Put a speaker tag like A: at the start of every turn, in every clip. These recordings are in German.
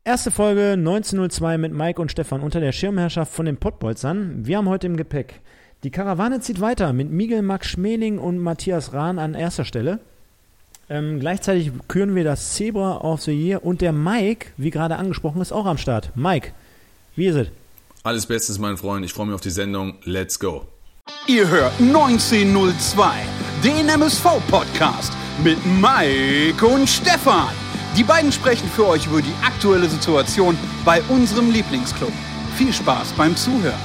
A: Erste Folge 1902 mit Mike und Stefan unter der Schirmherrschaft von den Pottbolzern. Wir haben heute im Gepäck: die Karawane zieht weiter mit Miguel Max Schmeling und Matthias Rahn an erster Stelle. Gleichzeitig küren wir das Zebra of the Year und der Mike, wie gerade angesprochen, ist auch am Start. Mike, wie ist es?
B: Alles Bestes, mein Freund. Ich freue mich auf die Sendung. Let's go.
C: Ihr hört 1902, den MSV-Podcast mit Mike und Stefan. Die beiden sprechen für euch über die aktuelle Situation bei unserem Lieblingsclub. Viel Spaß beim Zuhören.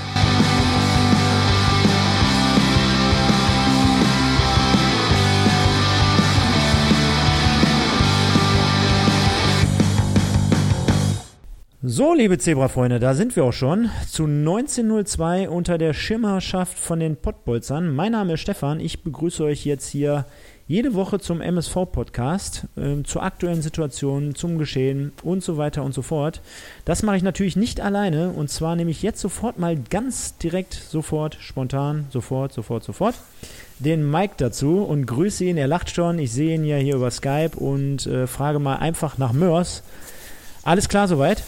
A: So, liebe Zebra-Freunde, da sind wir auch schon zu 1902 unter der Schirmherrschaft von den Pottbolzern. Mein Name ist Stefan, ich begrüße euch jetzt hier jede Woche zum MSV-Podcast, zur aktuellen Situation, zum Geschehen und so weiter und so fort. Das mache ich natürlich nicht alleine, und zwar nehme ich jetzt sofort mal ganz direkt, sofort, spontan, sofort den Mike dazu und grüße ihn. Er lacht schon, ich sehe ihn ja hier über Skype und frage mal einfach nach Mörs. Alles klar soweit?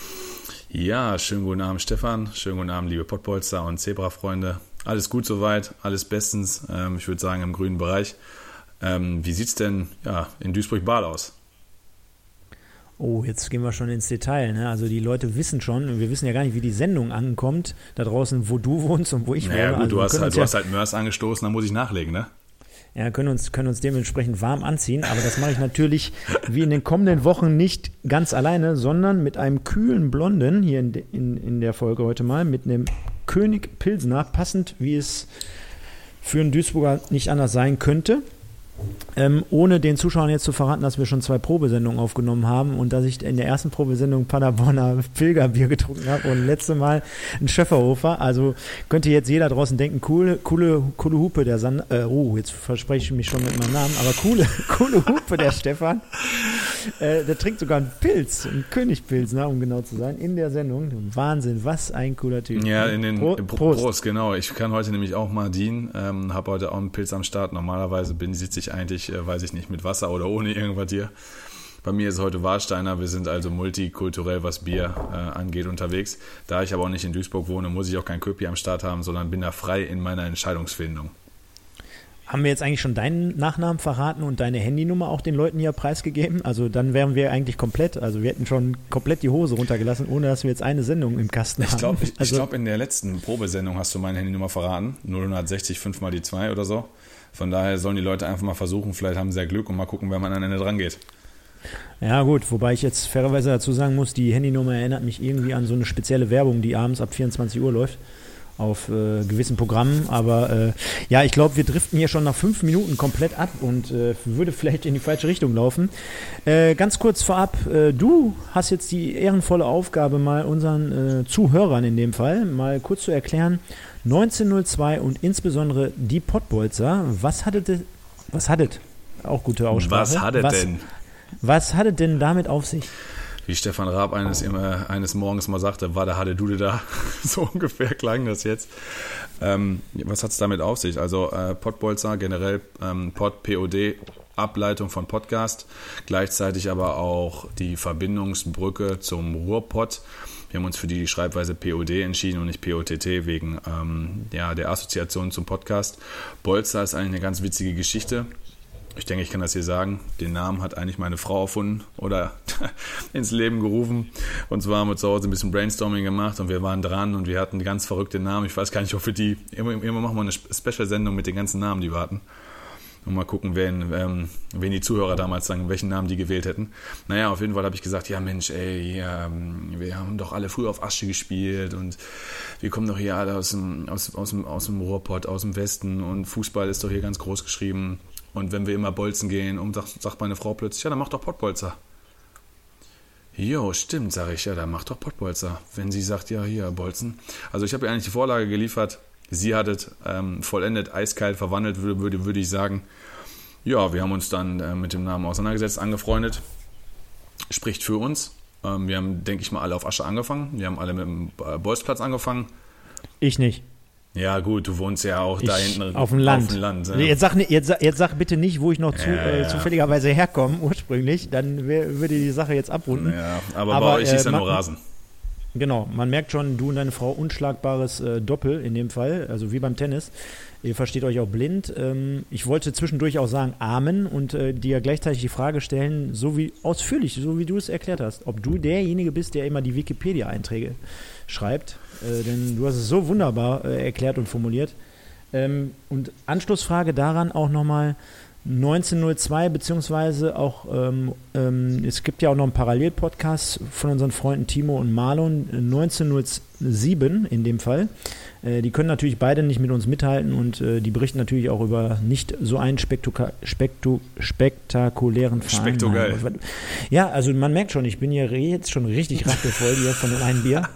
B: Ja, schönen guten Abend, Stefan. Schönen guten Abend, liebe Pottbolzer und Zebra-Freunde. Alles gut soweit, alles bestens. Ich würde sagen, im grünen Bereich. Wie sieht es denn in Duisburg-Bahl aus?
A: Oh, jetzt gehen wir schon ins Detail. Ne? Also die Leute wissen schon, wir wissen ja gar nicht, wie die Sendung ankommt, da draußen, wo du wohnst und wo ich wohne.
B: Ja gut,
A: also
B: du hast halt Mörs angestoßen, da muss ich nachlegen, ne?
A: Ja, können uns dementsprechend warm anziehen, aber das mache ich natürlich wie in den kommenden Wochen nicht ganz alleine, sondern mit einem kühlen Blonden, hier in der Folge heute mal, mit einem König Pilsner, passend wie es für einen Duisburger nicht anders sein könnte. Ohne den Zuschauern jetzt zu verraten, dass wir schon 2 Probesendungen aufgenommen haben und dass ich in der ersten Probesendung Paderborner Pilgerbier getrunken habe und letzte Mal ein Schöfferhofer. Also könnte jetzt jeder draußen denken, coole Hupe der jetzt verspreche ich mich schon mit meinem Namen, aber coole Hupe der Stefan. Der trinkt sogar einen Pilz, einen Königpilz, um genau zu sein, in der Sendung. Wahnsinn, was ein cooler Typ.
B: Ja, Prost, genau. Ich kann heute nämlich auch mal dienen, habe heute auch einen Pilz am Start. Normalerweise sitze ich eigentlich, weiß ich nicht, mit Wasser oder ohne irgendwas hier. Bei mir ist heute Warsteiner, wir sind also multikulturell, was Bier angeht, unterwegs. Da ich aber auch nicht in Duisburg wohne, muss ich auch kein Köpi am Start haben, sondern bin da frei in meiner Entscheidungsfindung.
A: Haben wir jetzt eigentlich schon deinen Nachnamen verraten und deine Handynummer auch den Leuten hier preisgegeben? Also dann wären wir eigentlich komplett, also wir hätten schon komplett die Hose runtergelassen, ohne dass wir jetzt eine Sendung im Kasten haben. Ich glaube,
B: in der letzten Probesendung hast du meine Handynummer verraten, 060 5 mal die 2 oder so. Von daher sollen die Leute einfach mal versuchen, vielleicht haben sie ja Glück und mal gucken, wer man am Ende dran geht.
A: Ja gut, wobei ich jetzt fairerweise dazu sagen muss, die Handynummer erinnert mich irgendwie an so eine spezielle Werbung, die abends ab 24 Uhr läuft auf gewissen Programmen, aber ich glaube, wir driften hier schon nach 5 Minuten komplett ab und würde vielleicht in die falsche Richtung laufen. Ganz kurz vorab, du hast jetzt die ehrenvolle Aufgabe, mal unseren Zuhörern in dem Fall mal kurz zu erklären, 1902 und insbesondere die Pottbolzer, was hattet, auch gute Aussprache. Was hattet denn damit auf sich?
B: Wie Stefan Raab eines Morgens mal sagte, war der Hadedude da? So ungefähr klang das jetzt. Was hat es damit auf sich? Also Pottbolzer, generell Pod, POD, Ableitung von Podcast, gleichzeitig aber auch die Verbindungsbrücke zum Ruhrpott. Wir haben uns für die Schreibweise POD entschieden und nicht POTT wegen der Assoziation zum Podcast. Bolzer ist eigentlich eine ganz witzige Geschichte. Ich denke, ich kann das hier sagen. Den Namen hat eigentlich meine Frau erfunden oder ins Leben gerufen. Und zwar haben wir zu Hause ein bisschen Brainstorming gemacht und wir waren dran und wir hatten ganz verrückte Namen. Ich weiß gar nicht, ob wir die, immer machen wir eine Special-Sendung mit den ganzen Namen, die wir hatten. Und mal gucken, wen die Zuhörer damals sagen, welchen Namen die gewählt hätten. Naja, auf jeden Fall habe ich gesagt, ja Mensch, wir haben doch alle früher auf Asche gespielt und wir kommen doch hier alle aus dem Ruhrpott, aus dem Westen und Fußball ist doch hier ganz groß geschrieben. Und wenn wir immer bolzen gehen und sagt meine Frau plötzlich, ja, dann mach doch Pottbolzer. Jo, stimmt, sage ich, ja, dann mach doch Pottbolzer. Wenn sie sagt, ja, hier, bolzen. Also ich habe ihr eigentlich die Vorlage geliefert. Sie hat es vollendet, eiskalt verwandelt, würde ich sagen. Ja, wir haben uns dann mit dem Namen auseinandergesetzt, angefreundet. Spricht für uns. Wir haben, denke ich mal, alle auf Asche angefangen. Wir haben alle mit dem Bolzplatz angefangen.
A: Ich nicht.
B: Ja gut, du wohnst ja auch da hinten
A: auf dem Land.
B: Ne?
A: Jetzt sag bitte nicht, wo ich noch zufälligerweise herkomme ursprünglich, dann würde die Sache jetzt abrunden.
B: Ja, aber bei euch ist ja nur Rasen.
A: Genau, man merkt schon, du und deine Frau unschlagbares Doppel in dem Fall, also wie beim Tennis. Ihr versteht euch auch blind. Ich wollte zwischendurch auch sagen Amen und dir gleichzeitig die Frage stellen, so wie du es erklärt hast, ob du derjenige bist, der immer die Wikipedia-Einträge schreibt. Denn du hast es so wunderbar erklärt und formuliert. Und Anschlussfrage daran auch nochmal 1902, beziehungsweise auch, es gibt ja auch noch einen Parallel-Podcast von unseren Freunden Timo und Marlon, 1907 in dem Fall. Die können natürlich beide nicht mit uns mithalten und die berichten natürlich auch über nicht so einen spektakulären Verein.
B: Spektogeil.
A: Ja, also man merkt schon, ich bin hier jetzt schon richtig rappelvoll hier von dem einen Bier.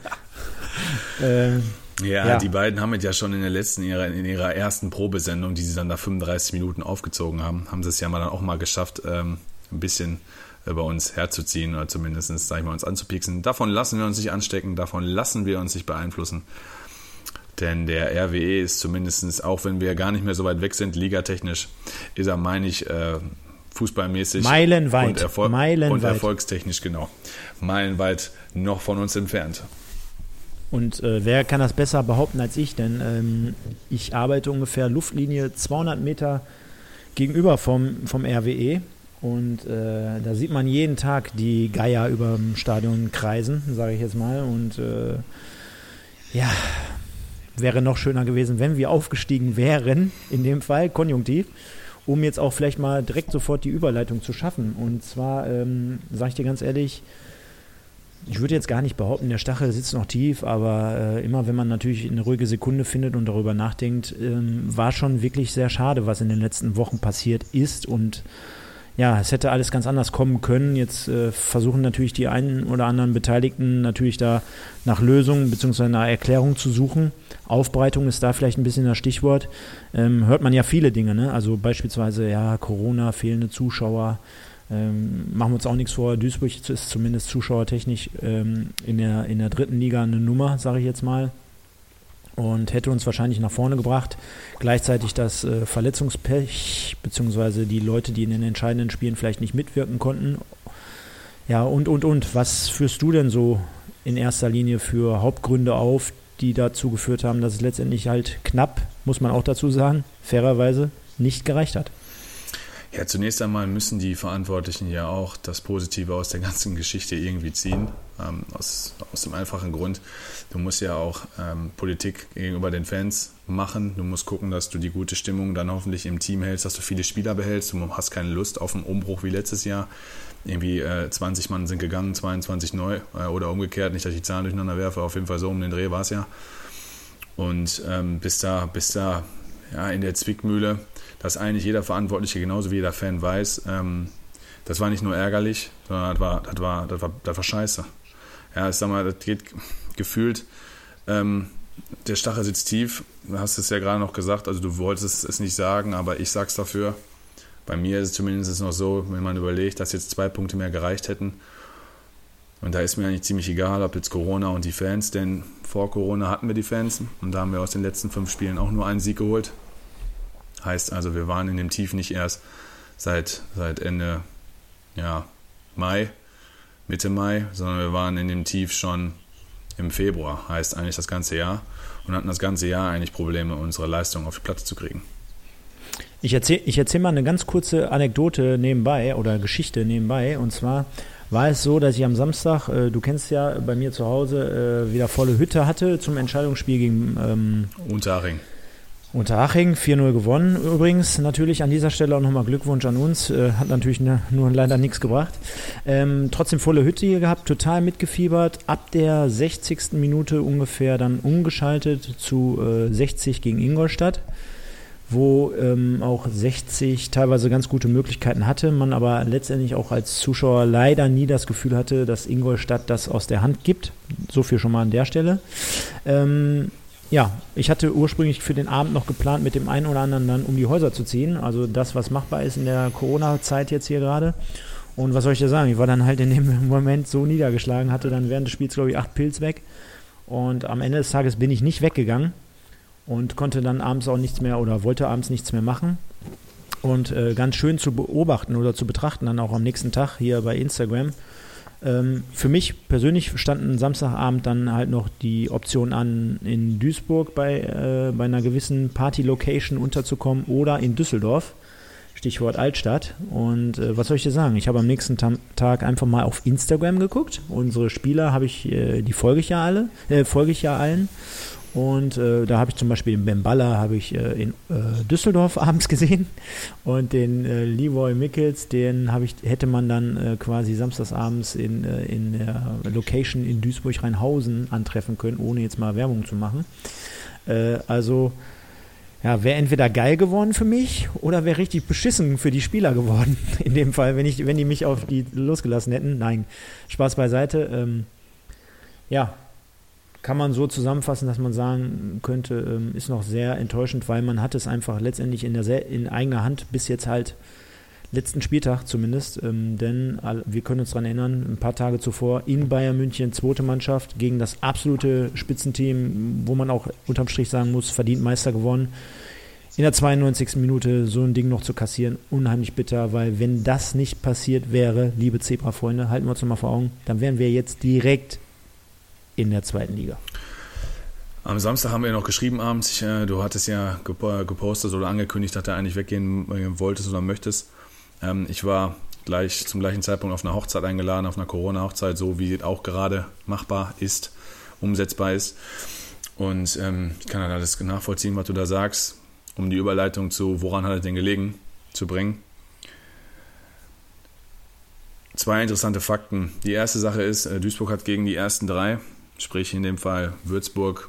B: Ja, die beiden haben es ja schon in ihrer ersten Probesendung, die sie dann da 35 Minuten aufgezogen haben sie es ja dann auch mal geschafft, ein bisschen bei uns herzuziehen oder zumindest, sag ich mal, uns anzupieksen. Davon lassen wir uns nicht anstecken, davon lassen wir uns nicht beeinflussen. Denn der RWE ist zumindest, auch wenn wir gar nicht mehr so weit weg sind, ligatechnisch, ist er, meine ich, fußballmäßig
A: meilenweit
B: und erfolgstechnisch, genau, meilenweit noch von uns entfernt.
A: Und wer kann das besser behaupten als ich? Denn ich arbeite ungefähr Luftlinie 200 Meter gegenüber vom RWE. Und da sieht man jeden Tag die Geier über dem Stadion kreisen, sage ich jetzt mal. Und wäre noch schöner gewesen, wenn wir aufgestiegen wären, in dem Fall, konjunktiv, um jetzt auch vielleicht mal direkt sofort die Überleitung zu schaffen. Und zwar, sage ich dir ganz ehrlich, ich würde jetzt gar nicht behaupten, der Stachel sitzt noch tief, aber immer wenn man natürlich eine ruhige Sekunde findet und darüber nachdenkt, war schon wirklich sehr schade, was in den letzten Wochen passiert ist. Und ja, es hätte alles ganz anders kommen können. Jetzt versuchen natürlich die einen oder anderen Beteiligten natürlich da nach Lösungen bzw. nach Erklärung zu suchen. Aufbereitung ist da vielleicht ein bisschen das Stichwort. Hört man ja viele Dinge, ne? Also beispielsweise Corona, fehlende Zuschauer. Machen wir uns auch nichts vor. Duisburg ist zumindest zuschauertechnisch in der dritten Liga eine Nummer, sage ich jetzt mal. Und hätte uns wahrscheinlich nach vorne gebracht. Gleichzeitig das Verletzungspech, beziehungsweise die Leute, die in den entscheidenden Spielen vielleicht nicht mitwirken konnten. Ja, und. Was führst du denn so in erster Linie für Hauptgründe auf, die dazu geführt haben, dass es letztendlich halt knapp, muss man auch dazu sagen, fairerweise nicht gereicht hat?
B: Ja, zunächst einmal müssen die Verantwortlichen ja auch das Positive aus der ganzen Geschichte irgendwie ziehen. Aus dem einfachen Grund, du musst ja auch Politik gegenüber den Fans machen. Du musst gucken, dass du die gute Stimmung dann hoffentlich im Team hältst, dass du viele Spieler behältst. Du hast keine Lust auf einen Umbruch wie letztes Jahr. Irgendwie 20 Mann sind gegangen, 22 neu oder umgekehrt. Nicht, dass ich die Zahlen durcheinander werfe, auf jeden Fall so um den Dreh war es ja. Und bis da in der Zwickmühle, dass eigentlich jeder Verantwortliche genauso wie jeder Fan weiß, das war nicht nur ärgerlich, sondern das war scheiße. Ja, ich sag mal, das geht gefühlt, der Stachel sitzt tief, du hast es ja gerade noch gesagt, also du wolltest es nicht sagen, aber ich sag's dafür. Bei mir ist es zumindest noch so, wenn man überlegt, dass jetzt 2 Punkte mehr gereicht hätten. Und da ist mir eigentlich ziemlich egal, ob jetzt Corona und die Fans, denn vor Corona hatten wir die Fans und da haben wir aus den letzten 5 Spielen auch nur einen Sieg geholt. Heißt also, wir waren in dem Tief nicht erst seit Ende Mai, Mitte Mai, sondern wir waren in dem Tief schon im Februar, heißt eigentlich das ganze Jahr, und hatten das ganze Jahr eigentlich Probleme, unsere Leistung auf die Platte zu kriegen.
A: Ich erzähl mal eine ganz kurze Anekdote nebenbei oder Geschichte nebenbei, und zwar war es so, dass ich am Samstag, du kennst ja, bei mir zu Hause wieder volle Hütte hatte zum Entscheidungsspiel gegen Unterhaching, 4-0 gewonnen übrigens. Natürlich an dieser Stelle auch nochmal Glückwunsch an uns. Hat natürlich nur leider nichts gebracht. Trotzdem volle Hütte hier gehabt, total mitgefiebert. Ab der 60. Minute ungefähr dann umgeschaltet zu 60 gegen Ingolstadt, wo auch 60 teilweise ganz gute Möglichkeiten hatte, man aber letztendlich auch als Zuschauer leider nie das Gefühl hatte, dass Ingolstadt das aus der Hand gibt. So viel schon mal an der Stelle. Ja, ich hatte ursprünglich für den Abend noch geplant, mit dem einen oder anderen dann um die Häuser zu ziehen. Also das, was machbar ist in der Corona-Zeit jetzt hier gerade. Und was soll ich dir sagen? Ich war dann halt in dem Moment so niedergeschlagen, hatte dann während des Spiels, glaube ich, 8 Pilz weg. Und am Ende des Tages bin ich nicht weggegangen. und konnte dann abends auch nichts mehr oder wollte abends nichts mehr machen. Und ganz schön zu beobachten oder zu betrachten, dann auch am nächsten Tag hier bei Instagram. Für mich persönlich standen Samstagabend dann halt noch die Option an, in Duisburg bei einer gewissen Party-Location unterzukommen oder in Düsseldorf. Stichwort Altstadt. Und was soll ich dir sagen? Ich habe am nächsten Tag einfach mal auf Instagram geguckt. Unsere Spieler die folge ich ja allen. Und da habe ich zum Beispiel den Bemballa in Düsseldorf abends gesehen und den Leroy Mickels, hätte man dann quasi samstagsabends in der Location in Duisburg-Rheinhausen antreffen können, ohne jetzt mal Werbung zu machen. Also ja, wäre entweder geil geworden für mich oder wäre richtig beschissen für die Spieler geworden. In dem Fall, wenn die mich auf die losgelassen hätten. Nein, Spaß beiseite. Ja, kann man so zusammenfassen, dass man sagen könnte, ist noch sehr enttäuschend, weil man hat es einfach letztendlich in eigener Hand bis jetzt halt letzten Spieltag zumindest, denn wir können uns daran erinnern, ein paar Tage zuvor in Bayern München, zweite Mannschaft gegen das absolute Spitzenteam, wo man auch unterm Strich sagen muss, verdient Meister geworden. In der 92. Minute so ein Ding noch zu kassieren, unheimlich bitter, weil wenn das nicht passiert wäre, liebe Zebra-Freunde, halten wir uns nochmal vor Augen, dann wären wir jetzt direkt in der zweiten Liga.
B: Am Samstag haben wir noch geschrieben abends, du hattest ja gepostet oder angekündigt, dass du eigentlich weggehen wolltest oder möchtest. Ich war zum gleichen Zeitpunkt auf einer Hochzeit eingeladen, auf einer Corona-Hochzeit, so wie es auch gerade machbar ist, umsetzbar ist. Und ich kann dann alles nachvollziehen, was du da sagst, um die Überleitung zu woran hat es denn gelegen, zu bringen. 2 interessante Fakten. Die erste Sache ist, Duisburg hat gegen die ersten 3, sprich in dem Fall Würzburg,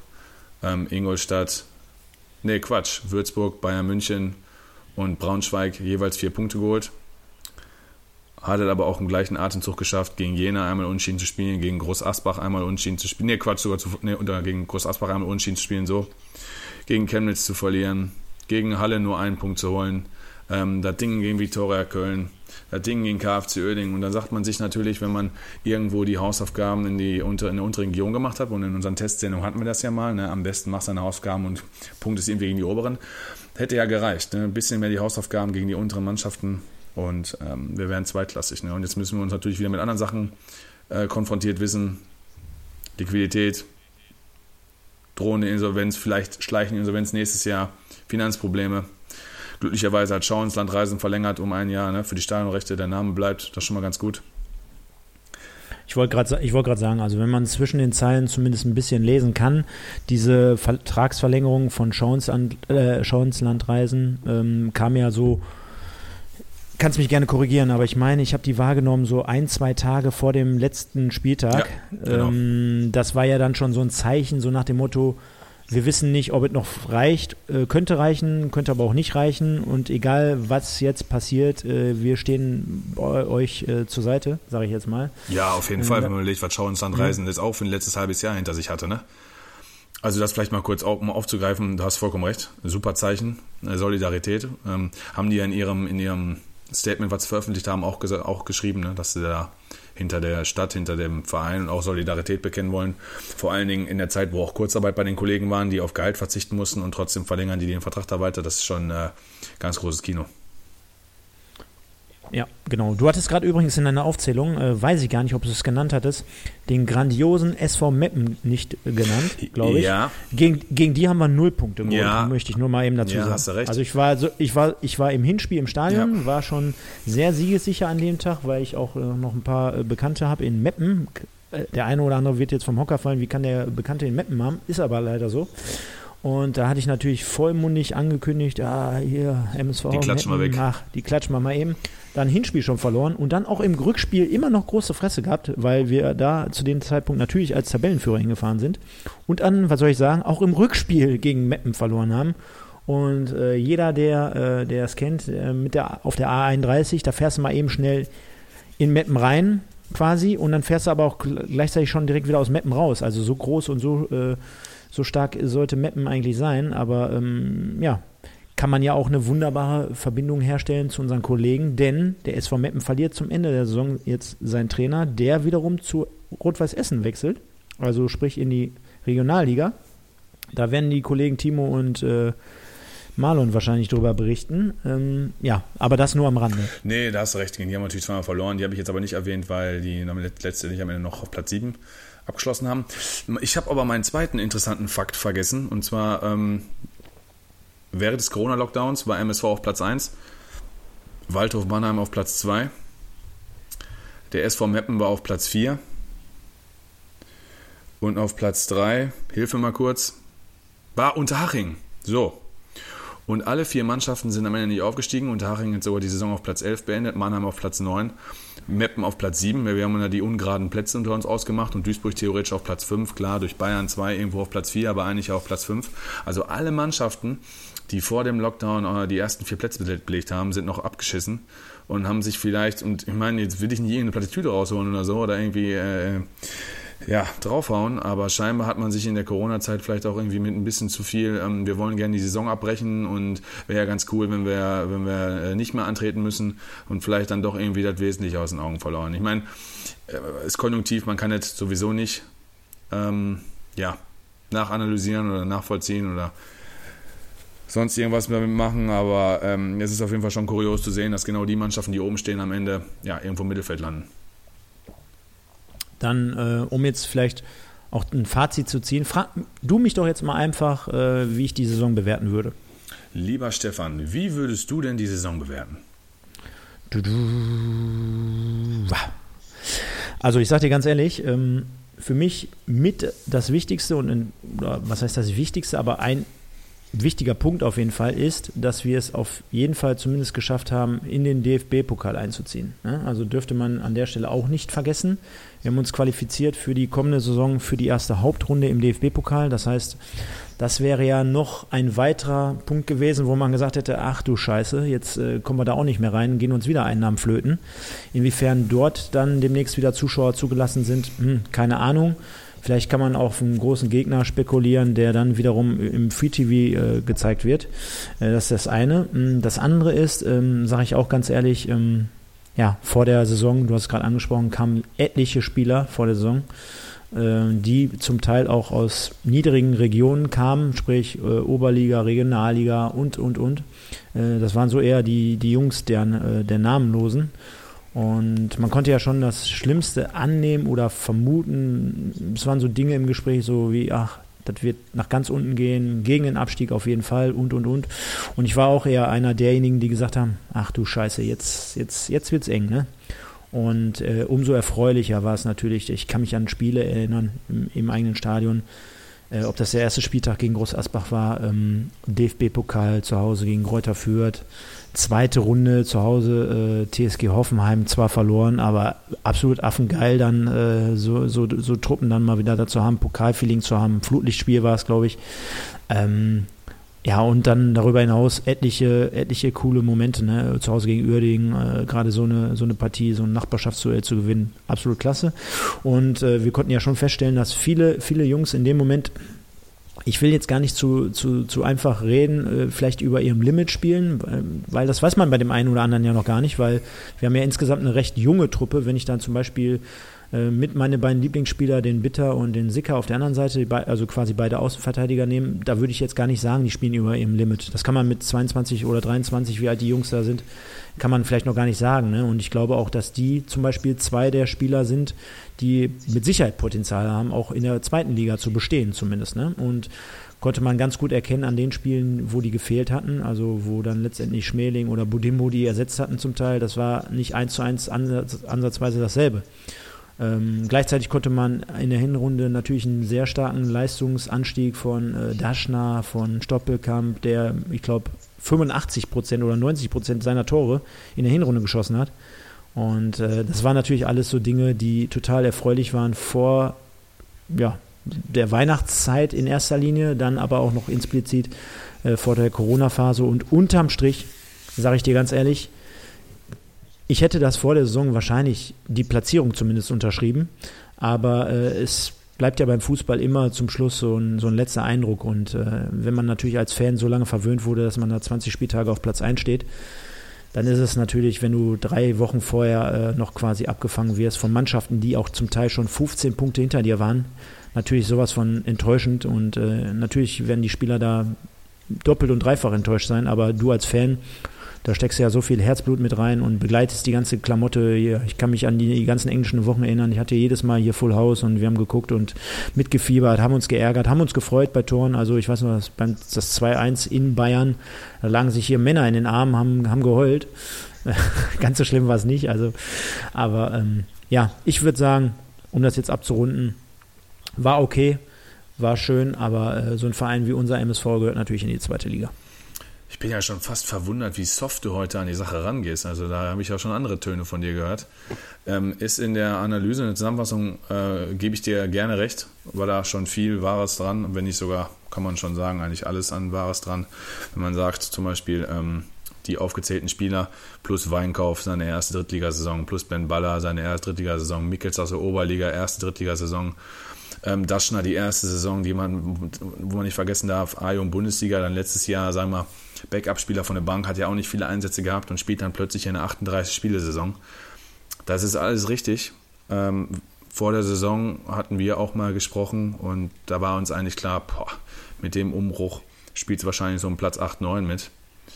B: Würzburg, Bayern München und Braunschweig jeweils 4 Punkte geholt. Hat es aber auch im gleichen Atemzug geschafft, gegen Jena einmal unentschieden zu spielen, gegen Groß Asbach einmal unentschieden zu spielen, gegen Groß Asbach einmal unentschieden zu spielen, gegen Chemnitz zu verlieren, gegen Halle nur einen Punkt zu holen, das Ding gegen Viktoria Köln, das Ding gegen KFC Uerdingen. Und dann sagt man sich natürlich, wenn man irgendwo die Hausaufgaben in der unteren Region gemacht hat, und in unseren Testsendungen hatten wir das ja mal, am besten machst du deine Hausaufgaben und punktest irgendwie gegen die oberen. Hätte ja gereicht, ein bisschen mehr die Hausaufgaben gegen die unteren Mannschaften und wir wären zweitklassig. Und jetzt müssen wir uns natürlich wieder mit anderen Sachen konfrontiert wissen. Liquidität, drohende Insolvenz, vielleicht schleichende Insolvenz nächstes Jahr, Finanzprobleme. Glücklicherweise hat Schau ins Land Reisen verlängert um ein Jahr, für die Stadionrechte, der Name bleibt, das ist schon mal ganz gut.
A: Ich wollte gerade sagen, also wenn man zwischen den Zeilen zumindest ein bisschen lesen kann, diese Vertragsverlängerung von Schau ins Land Reisen kam ja so, kannst mich gerne korrigieren, aber ich meine, ich habe die wahrgenommen so 1-2 Tage vor dem letzten Spieltag. Ja, genau. Das war ja dann schon so ein Zeichen, so nach dem Motto, wir wissen nicht, ob es noch reicht, könnte reichen, könnte aber auch nicht reichen und egal, was jetzt passiert, wir stehen bei euch zur Seite, sage ich jetzt mal.
B: Ja, auf jeden Fall, wenn man überlegt, was Schau ins Land Reisen jetzt auch für ein letztes halbes Jahr hinter sich hatte, ne? Also das vielleicht mal kurz um aufzugreifen, du hast vollkommen recht, super Zeichen, Solidarität, haben die ja in ihrem Statement, was sie veröffentlicht haben, auch geschrieben, ne, dass sie da hinter der Stadt, hinter dem Verein und auch Solidarität bekennen wollen. Vor allen Dingen in der Zeit, wo auch Kurzarbeit bei den Kollegen waren, die auf Gehalt verzichten mussten und trotzdem verlängern die den Vertrag da weiter. Das ist schon ganz großes Kino.
A: Ja, genau. Du hattest gerade übrigens in deiner Aufzählung, weiß ich gar nicht, ob du es genannt hattest, den grandiosen SV Meppen nicht genannt, glaube ich.
B: Ja.
A: Gegen die haben wir 0 Punkte geholt,
B: ja.
A: Möchte ich nur mal eben dazu sagen.
B: Hast du recht.
A: Also ich war im Hinspiel im Stadion, war schon sehr siegessicher an dem Tag, weil ich auch noch ein paar Bekannte habe in Meppen. Der eine oder andere wird jetzt vom Hocker fallen, wie kann der Bekannte in Meppen haben, ist aber leider so. Und da hatte ich natürlich vollmundig angekündigt, hier, MSV,
B: die klatschen wir weg.
A: Die klatschen wir mal eben. Dann Hinspiel schon verloren und dann auch im Rückspiel immer noch große Fresse gehabt, weil wir da zu dem Zeitpunkt natürlich als Tabellenführer hingefahren sind. Und dann, was soll ich sagen, auch im Rückspiel gegen Meppen verloren haben. Und jeder, der es kennt, auf der A31, da fährst du mal eben schnell in Meppen rein quasi und dann fährst du aber auch gleichzeitig schon direkt wieder aus Meppen raus. Also so groß und so stark sollte Meppen eigentlich sein, aber kann man ja auch eine wunderbare Verbindung herstellen zu unseren Kollegen, denn der SV Meppen verliert zum Ende der Saison jetzt seinen Trainer, der wiederum zu Rot-Weiß Essen wechselt, also sprich in die Regionalliga. Da werden die Kollegen Timo und Marlon wahrscheinlich drüber berichten. Aber das nur am Rande.
B: Nee, da hast du recht. Die haben natürlich zweimal verloren. Die habe ich jetzt aber nicht erwähnt, weil die letztendlich am Ende noch auf Platz 7 abgeschlossen haben. Ich habe aber meinen zweiten interessanten Fakt vergessen. Und zwar während des Corona-Lockdowns war MSV auf Platz 1, Waldhof Mannheim auf Platz 2, der SV Meppen war auf Platz 4 und auf Platz 3, hilfe mal kurz, war Unterhaching. So. Und alle 4 Mannschaften sind am Ende nicht aufgestiegen. Unterhaching hat sogar die Saison auf Platz 11 beendet, Mannheim auf Platz 9, Meppen auf Platz 7. Wir haben ja die ungeraden Plätze unter uns ausgemacht und Duisburg theoretisch auf Platz 5. Klar, durch Bayern 2 irgendwo auf Platz 4, aber eigentlich auf Platz 5. Also alle Mannschaften, die vor dem Lockdown die ersten 4 Plätze belegt haben, sind noch abgeschissen und haben sich vielleicht, und ich meine, jetzt will ich nicht irgendeine Plattitüde rausholen oder so oder irgendwie draufhauen, aber scheinbar hat man sich in der Corona-Zeit vielleicht auch irgendwie mit ein bisschen zu viel, wir wollen gerne die Saison abbrechen und wäre ja ganz cool, wenn wir nicht mehr antreten müssen und vielleicht dann doch irgendwie das Wesentliche aus den Augen verloren. Ich meine, ist konjunktiv, man kann jetzt sowieso nicht nachanalysieren oder nachvollziehen oder sonst irgendwas damit machen, aber es ist auf jeden Fall schon kurios zu sehen, dass genau die Mannschaften, die oben stehen, am Ende irgendwo im Mittelfeld landen.
A: Dann, um jetzt vielleicht auch ein Fazit zu ziehen, frag du mich doch jetzt mal einfach, wie ich die Saison bewerten würde.
B: Lieber Stefan, wie würdest du denn die Saison bewerten?
A: Also ich sag dir ganz ehrlich, für mich mit das Wichtigste was heißt das Wichtigste, aber ein wichtiger Punkt auf jeden Fall ist, dass wir es auf jeden Fall zumindest geschafft haben, in den DFB-Pokal einzuziehen. Also dürfte man an der Stelle auch nicht vergessen. Wir haben uns qualifiziert für die kommende Saison für die erste Hauptrunde im DFB-Pokal. Das heißt, das wäre ja noch ein weiterer Punkt gewesen, wo man gesagt hätte, ach du Scheiße, jetzt kommen wir da auch nicht mehr rein, gehen uns wieder Einnahmen flöten. Inwiefern dort dann demnächst wieder Zuschauer zugelassen sind, keine Ahnung. Vielleicht kann man auf einen großen Gegner spekulieren, der dann wiederum im Free TV gezeigt wird. Das ist das eine. Das andere ist, sage ich auch ganz ehrlich, vor der Saison, du hast es gerade angesprochen, kamen etliche Spieler vor der Saison, die zum Teil auch aus niedrigen Regionen kamen, sprich Oberliga, Regionalliga und. Das waren so eher die Jungs der Namenlosen. Und man konnte ja schon das Schlimmste annehmen oder vermuten. Es waren so Dinge im Gespräch, so wie, das wird nach ganz unten gehen, gegen den Abstieg auf jeden Fall und. Und ich war auch eher einer derjenigen, die gesagt haben, ach du Scheiße, jetzt wird's eng, ne? Und umso erfreulicher war es natürlich, ich kann mich an Spiele erinnern im eigenen Stadion, ob das der erste Spieltag gegen Groß Asbach war, DFB-Pokal zu Hause gegen Greuther Fürth, zweite Runde zu Hause, TSG Hoffenheim zwar verloren, aber absolut affengeil dann so Truppen dann mal wieder dazu haben, Pokalfeeling zu haben, Flutlichtspiel war es, glaube ich. Und dann darüber hinaus etliche coole Momente, ne? Zu Hause gegen Uerdingen, gerade so eine Partie, so ein Nachbarschaftsduell zu gewinnen, absolut klasse. Und wir konnten ja schon feststellen, dass viele Jungs in dem Moment, ich will jetzt gar nicht zu einfach reden, vielleicht über ihrem Limit spielen, weil das weiß man bei dem einen oder anderen ja noch gar nicht, weil wir haben ja insgesamt eine recht junge Truppe. Wenn ich dann zum Beispiel mit meine beiden Lieblingsspieler, den Bitter und den Sicker auf der anderen Seite, also quasi beide Außenverteidiger nehmen, da würde ich jetzt gar nicht sagen, die spielen über ihrem Limit. Das kann man mit 22 oder 23, wie alt die Jungs da sind, kann man vielleicht noch gar nicht sagen. Ne? Und ich glaube auch, dass die zum Beispiel 2 der Spieler sind, die mit Sicherheit Potenzial haben, auch in der zweiten Liga zu bestehen zumindest. Ne? Und konnte man ganz gut erkennen an den Spielen, wo die gefehlt hatten, also wo dann letztendlich Schmeling oder Budimbo die ersetzt hatten zum Teil, das war nicht 1:1 ansatzweise dasselbe. Gleichzeitig konnte man in der Hinrunde natürlich einen sehr starken Leistungsanstieg von Daschner, von Stoppelkamp, der, ich glaube, 85% oder 90% seiner Tore in der Hinrunde geschossen hat. Und das waren natürlich alles so Dinge, die total erfreulich waren vor der Weihnachtszeit in erster Linie, dann aber auch noch explizit vor der Corona-Phase. Und unterm Strich, sage ich dir ganz ehrlich, ich hätte das vor der Saison wahrscheinlich die Platzierung zumindest unterschrieben, aber es bleibt ja beim Fußball immer zum Schluss so ein letzter Eindruck und wenn man natürlich als Fan so lange verwöhnt wurde, dass man da 20 Spieltage auf Platz 1 steht, dann ist es natürlich, wenn du 3 Wochen vorher noch quasi abgefangen wirst von Mannschaften, die auch zum Teil schon 15 Punkte hinter dir waren, natürlich sowas von enttäuschend und natürlich werden die Spieler da doppelt und dreifach enttäuscht sein, aber du als Fan, da steckst du ja so viel Herzblut mit rein und begleitest die ganze Klamotte hier. Ich kann mich an die ganzen englischen Wochen erinnern. Ich hatte jedes Mal hier Full House und wir haben geguckt und mitgefiebert, haben uns geärgert, haben uns gefreut bei Toren. Also ich weiß noch, das 2-1 in Bayern, da lagen sich hier Männer in den Armen, haben geheult. Ganz so schlimm war es nicht. Also, aber ja, ich würde sagen, um das jetzt abzurunden, war okay, war schön, aber so ein Verein wie unser MSV gehört natürlich in die 2. Liga.
B: Ich bin ja schon fast verwundert, wie soft du heute an die Sache rangehst. Also da habe ich ja schon andere Töne von dir gehört. Ist in der Analyse, in der Zusammenfassung, gebe ich dir gerne recht, war da schon viel Wahres dran. Wenn nicht sogar, kann man schon sagen, eigentlich alles an Wahres dran. Wenn man sagt, zum Beispiel die aufgezählten Spieler plus Weinkauf seine erste Drittligasaison, plus Ben Baller seine erste Drittligasaison, Mickels aus der Oberliga, erste Drittligasaison, Daschner die erste Saison, wo man nicht vergessen darf, A-Jung Bundesliga, dann letztes Jahr, sagen wir, Backup-Spieler von der Bank, hat ja auch nicht viele Einsätze gehabt und spielt dann plötzlich eine 38-Spiele-Saison. Das ist alles richtig. Vor der Saison hatten wir auch mal gesprochen und da war uns eigentlich klar, mit dem Umbruch spielt es wahrscheinlich so um Platz 8, 9 mit.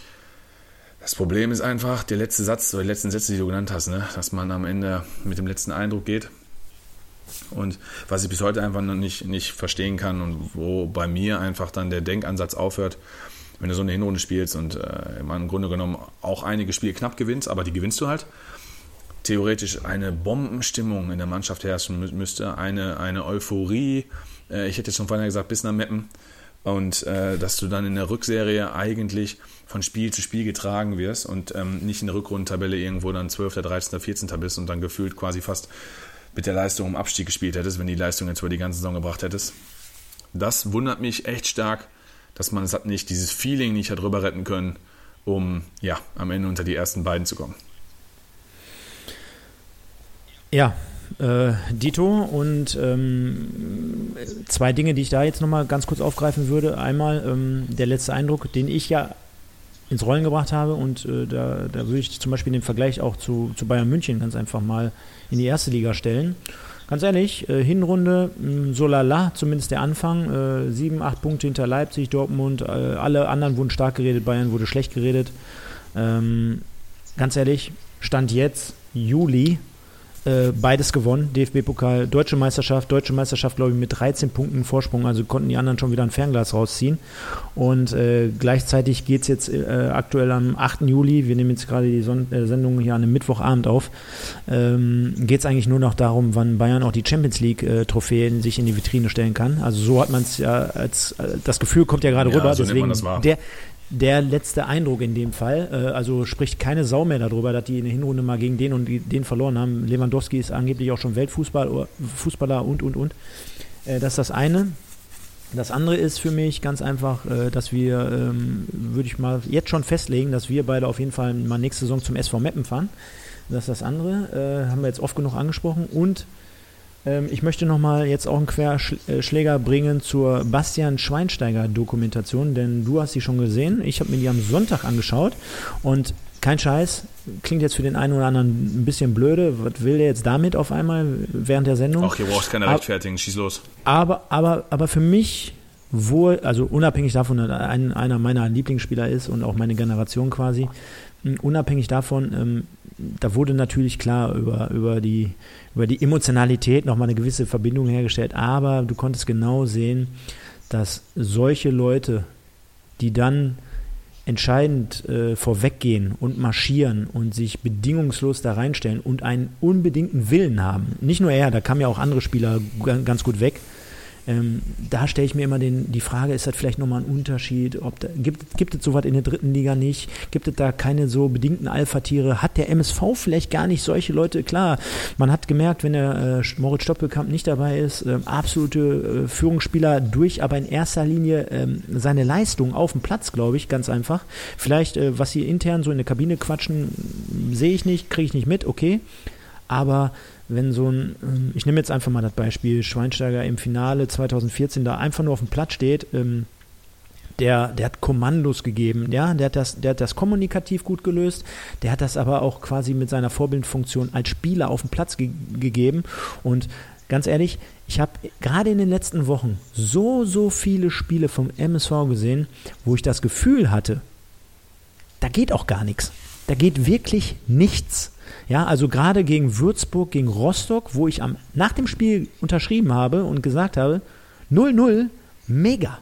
B: Das Problem ist einfach, der letzte Satz oder die letzten Sätze, die du genannt hast, ne? Dass man am Ende mit dem letzten Eindruck geht. Und was ich bis heute einfach noch nicht verstehen kann und wo bei mir einfach dann der Denkansatz aufhört, wenn du so eine Hinrunde spielst und im Grunde genommen auch einige Spiele knapp gewinnst, aber die gewinnst du halt, theoretisch eine Bombenstimmung in der Mannschaft herrschen müsste, eine Euphorie, ich hätte jetzt schon vorhin gesagt, bis nach Meppen, und dass du dann in der Rückserie eigentlich von Spiel zu Spiel getragen wirst und nicht in der Rückrundentabelle irgendwo dann 12., 13., 14. bist und dann gefühlt quasi fast mit der Leistung um Abstieg gespielt hättest, wenn die Leistung jetzt über die ganze Saison gebracht hättest. Das wundert mich echt stark, dass man es hat nicht, dieses Feeling nicht hat rüber retten können, um ja am Ende unter die ersten beiden zu kommen.
A: Ja, Dito, und 2 Dinge, die ich da jetzt nochmal ganz kurz aufgreifen würde. Einmal der letzte Eindruck, den ich ja ins Rollen gebracht habe, und da würde ich zum Beispiel den Vergleich auch zu Bayern München ganz einfach mal in die erste Liga stellen. Ganz ehrlich, Hinrunde, so lala, zumindest der Anfang, 7, 8 Punkte hinter Leipzig, Dortmund, alle anderen wurden stark geredet, Bayern wurde schlecht geredet. Ganz ehrlich, Stand jetzt, Juli, beides gewonnen, DFB-Pokal, Deutsche Meisterschaft, glaube ich, mit 13 Punkten Vorsprung, also konnten die anderen schon wieder ein Fernglas rausziehen, und gleichzeitig geht es jetzt aktuell am 8. Juli, wir nehmen jetzt gerade die Sendung hier an einem Mittwochabend auf, geht es eigentlich nur noch darum, wann Bayern auch die Champions League-Trophäen sich in die Vitrine stellen kann, also so hat man es ja, das Gefühl kommt ja gerade rüber,
B: so
A: deswegen
B: das
A: der letzte Eindruck in dem Fall, also spricht keine Sau mehr darüber, dass die in der Hinrunde mal gegen den und den verloren haben. Lewandowski ist angeblich auch schon Weltfußballer und. Das ist das eine. Das andere ist für mich ganz einfach, dass wir, würde ich mal jetzt schon festlegen, dass wir beide auf jeden Fall mal nächste Saison zum SV Meppen fahren. Das ist das andere, haben wir jetzt oft genug angesprochen, und ich möchte nochmal jetzt auch einen Querschläger bringen zur Bastian Schweinsteiger-Dokumentation, denn du hast sie schon gesehen. Ich habe mir die am Sonntag angeschaut und kein Scheiß, klingt jetzt für den einen oder anderen ein bisschen blöde. Was will der jetzt damit auf einmal während der Sendung?
B: Ach, hier brauchst du keine rechtfertigen, schieß los.
A: Aber für mich wohl, also unabhängig davon, dass einer meiner Lieblingsspieler ist und auch meine Generation quasi, unabhängig davon, da wurde natürlich klar über die Emotionalität nochmal eine gewisse Verbindung hergestellt, aber du konntest genau sehen, dass solche Leute, die dann entscheidend vorweggehen und marschieren und sich bedingungslos da reinstellen und einen unbedingten Willen haben, nicht nur er, da kamen ja auch andere Spieler ganz gut weg, da stelle ich mir immer die Frage, ist das vielleicht nochmal ein Unterschied? Gibt es sowas in der 3. Liga nicht? Gibt es da keine so bedingten Alpha-Tiere? Hat der MSV vielleicht gar nicht solche Leute? Klar, man hat gemerkt, wenn der Moritz Stoppelkamp nicht dabei ist, absolute Führungsspieler durch, aber in erster Linie seine Leistung auf dem Platz, glaube ich, ganz einfach. Vielleicht, was sie intern so in der Kabine quatschen, sehe ich nicht, kriege ich nicht mit, okay. Aber wenn so ich nehme jetzt einfach mal das Beispiel, Schweinsteiger im Finale 2014 da einfach nur auf dem Platz steht, der hat Kommandos gegeben, ja, der hat das kommunikativ gut gelöst, der hat das aber auch quasi mit seiner Vorbildfunktion als Spieler auf den Platz gegeben und ganz ehrlich, ich habe gerade in den letzten Wochen so viele Spiele vom MSV gesehen, wo ich das Gefühl hatte, da geht auch gar nichts. Da geht wirklich nichts. Ja, also gerade gegen Würzburg, gegen Rostock, wo ich nach dem Spiel unterschrieben habe und gesagt habe, 0-0, mega.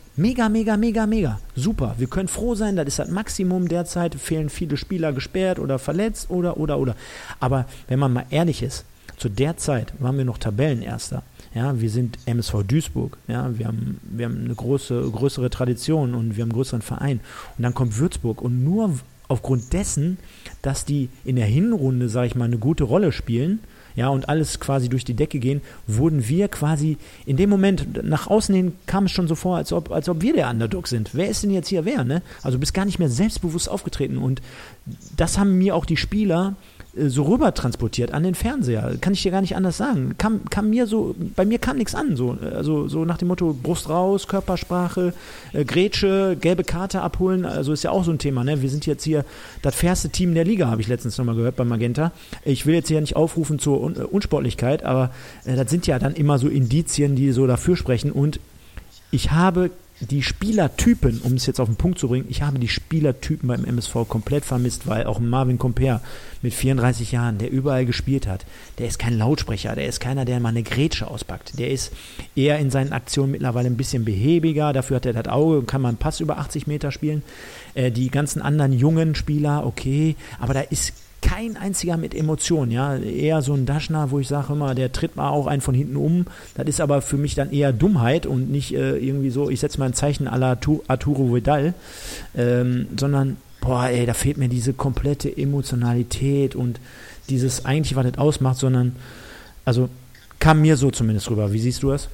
A: Super. Wir können froh sein, das ist das Maximum derzeit. Fehlen viele Spieler gesperrt oder verletzt oder. Aber wenn man mal ehrlich ist, zu der Zeit waren wir noch Tabellenerster. Ja, wir sind MSV Duisburg. Ja, wir haben eine größere Tradition und wir haben einen größeren Verein. Und dann kommt Würzburg und nur aufgrund dessen, dass die in der Hinrunde, sage ich mal, eine gute Rolle spielen, ja, und alles quasi durch die Decke gehen, wurden wir quasi in dem Moment, nach außen hin kam es schon so vor, als ob wir der Underdog sind. Wer ist denn jetzt hier wer, ne? Also du bist gar nicht mehr selbstbewusst aufgetreten und das haben mir auch die Spieler so rüber transportiert an den Fernseher. Kann ich dir gar nicht anders sagen. Bei mir kam nichts an. Also so nach dem Motto Brust raus, Körpersprache, Grätsche, gelbe Karte abholen. Also ist ja auch so ein Thema. Ne? Wir sind jetzt hier das fairste Team der Liga, habe ich letztens nochmal gehört bei Magenta. Ich will jetzt hier nicht aufrufen zur Unsportlichkeit, aber das sind ja dann immer so Indizien, die so dafür sprechen. Und ich habe die Spielertypen, um es jetzt auf den Punkt zu bringen, ich habe die Spielertypen beim MSV komplett vermisst, weil auch Marvin Comper mit 34 Jahren, der überall gespielt hat, der ist kein Lautsprecher, der ist keiner, der mal eine Grätsche auspackt. Der ist eher in seinen Aktionen mittlerweile ein bisschen behäbiger, dafür hat er das Auge und kann mal einen Pass über 80 Meter spielen. Die ganzen anderen jungen Spieler, okay, aber da ist kein einziger mit Emotionen, ja, eher so ein Daschner, wo ich sage immer, der tritt mal auch einen von hinten um, das ist aber für mich dann eher Dummheit und nicht irgendwie so, ich setze mal ein Zeichen à la Arturo Vidal, sondern, da fehlt mir diese komplette Emotionalität und dieses eigentlich, was das ausmacht, sondern, also kam mir so zumindest rüber. Wie siehst du das?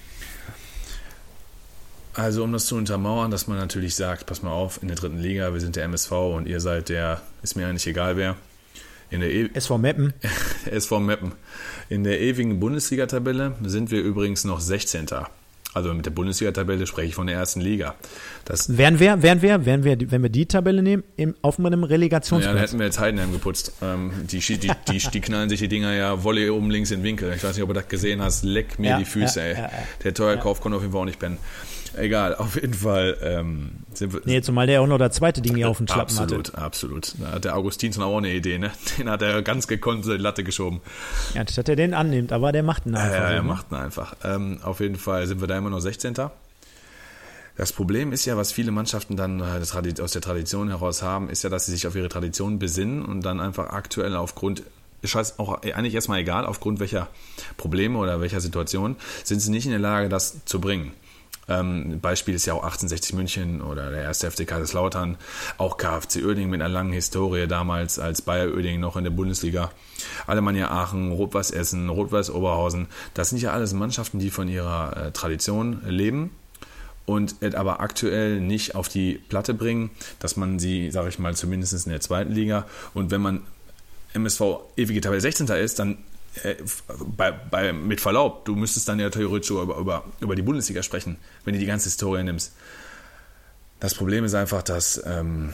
B: Also um das zu untermauern, dass man natürlich sagt, pass mal auf, in der 3. Liga, wir sind der MSV und ihr seid der, ist mir eigentlich egal wer. In der
A: SV Meppen.
B: SV Meppen. In der ewigen Bundesliga-Tabelle sind wir übrigens noch 16. Also mit der Bundesliga-Tabelle spreche ich von der 1. Liga.
A: Wären wir, wenn wir die Tabelle nehmen, auf einem Relegationsplatz?
B: Ja, dann hätten wir jetzt Heidenheim geputzt. Die knallen sich die Dinger ja Volley oben links in den Winkel. Ich weiß nicht, ob du das gesehen hast. Leck mir die Füße, ey. Der Teuerkauf konnte auf jeden Fall auch nicht pennen. Egal, auf jeden Fall sind wir...
A: Nee, zumal der auch noch das zweite Ding hier auf den Schlappen hatte.
B: Absolut. Da hat der Augustinsson auch eine Idee, ne? Den hat er ganz gekonnt in die Latte geschoben.
A: Ja, statt er den annimmt, aber der macht ihn einfach.
B: Ja, er macht ihn einfach. Auf jeden Fall sind wir da immer noch 16. Das Problem ist ja, was viele Mannschaften dann aus der Tradition heraus haben, ist ja, dass sie sich auf ihre Tradition besinnen und dann einfach aktuell aufgrund... Ist auch eigentlich erstmal egal, aufgrund welcher Probleme oder welcher Situation, sind sie nicht in der Lage, das zu bringen. Beispiel ist ja auch 1860 München oder der 1. FC Kaiserslautern, auch KfC Uerdingen mit einer langen Historie damals als Bayer Uerdingen noch in der Bundesliga, Alemannia Aachen, Rot-Weiß Essen, Rot-Weiß Oberhausen, das sind ja alles Mannschaften, die von ihrer Tradition leben und aber aktuell nicht auf die Platte bringen, dass man sie, sage ich mal, zumindest in der 2. Liga und wenn man MSV ewige Tabelle 16. ist, dann mit Verlaub, du müsstest dann ja theoretisch über die Bundesliga sprechen, wenn du die ganze Historie nimmst. Das Problem ist einfach, dass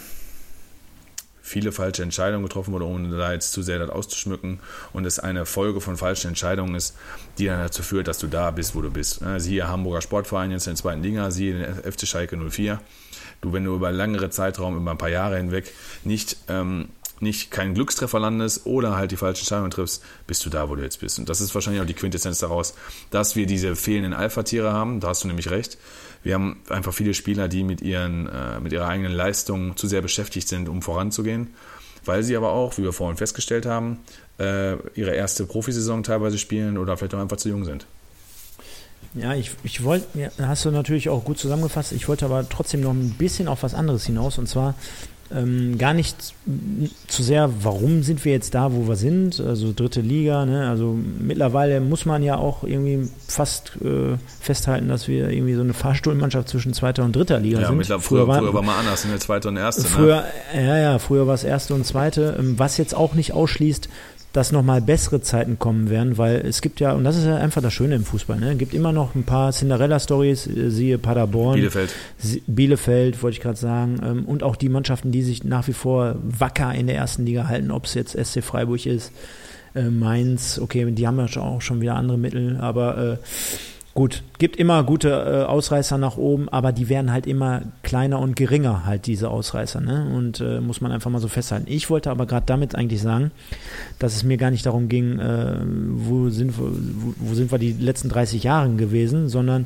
B: viele falsche Entscheidungen getroffen wurden, ohne da jetzt zu sehr das auszuschmücken und es eine Folge von falschen Entscheidungen ist, die dann dazu führt, dass du da bist, wo du bist. Siehe Hamburger Sportverein jetzt in der 2. Liga, siehe den FC Schalke 04. Wenn du über längere Zeitraum, über ein paar Jahre hinweg nicht keinen Glückstreffer landest oder halt die falschen Entscheidungen triffst, bist du da, wo du jetzt bist. Und das ist wahrscheinlich auch die Quintessenz daraus, dass wir diese fehlenden Alpha-Tiere haben. Da hast du nämlich recht. Wir haben einfach viele Spieler, die mit ihrer eigenen Leistung zu sehr beschäftigt sind, um voranzugehen, weil sie aber auch, wie wir vorhin festgestellt haben, ihre erste Profisaison teilweise spielen oder vielleicht auch einfach zu jung sind.
A: Ja, ich wollte, hast du natürlich auch gut zusammengefasst, ich wollte aber trotzdem noch ein bisschen auf was anderes hinaus und zwar gar nicht zu sehr, warum sind wir jetzt da, wo wir sind, also 3. Liga, ne? Also mittlerweile muss man ja auch irgendwie fast festhalten, dass wir irgendwie so eine Fahrstuhlmannschaft zwischen 2. und 3. Liga sind.
B: Früher war mal anders, in der 2. und 1.
A: Früher war es 1. und 2., was jetzt auch nicht ausschließt, dass nochmal bessere Zeiten kommen werden, weil es gibt ja, und das ist ja einfach das Schöne im Fußball, ne? Es gibt immer noch ein paar Cinderella-Stories, siehe Paderborn. Bielefeld, wollte ich gerade sagen, und auch die Mannschaften, die sich nach wie vor wacker in der ersten Liga halten, ob es jetzt SC Freiburg ist, Mainz, okay, die haben ja auch schon wieder andere Mittel, aber gut, gibt immer gute Ausreißer nach oben, aber die werden halt immer kleiner und geringer, halt diese Ausreißer, ne? Und muss man einfach mal so festhalten. Ich wollte aber gerade damit eigentlich sagen, dass es mir gar nicht darum ging, wo sind wir die letzten 30 Jahre gewesen, sondern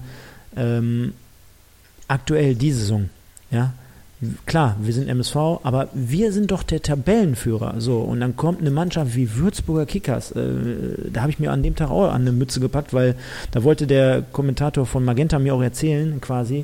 A: aktuell die Saison, ja. Klar, wir sind MSV, aber wir sind doch der Tabellenführer. So, und dann kommt eine Mannschaft wie Würzburger Kickers. Da habe ich mir an dem Tag auch an eine Mütze gepackt, weil da wollte der Kommentator von Magenta mir auch erzählen, quasi,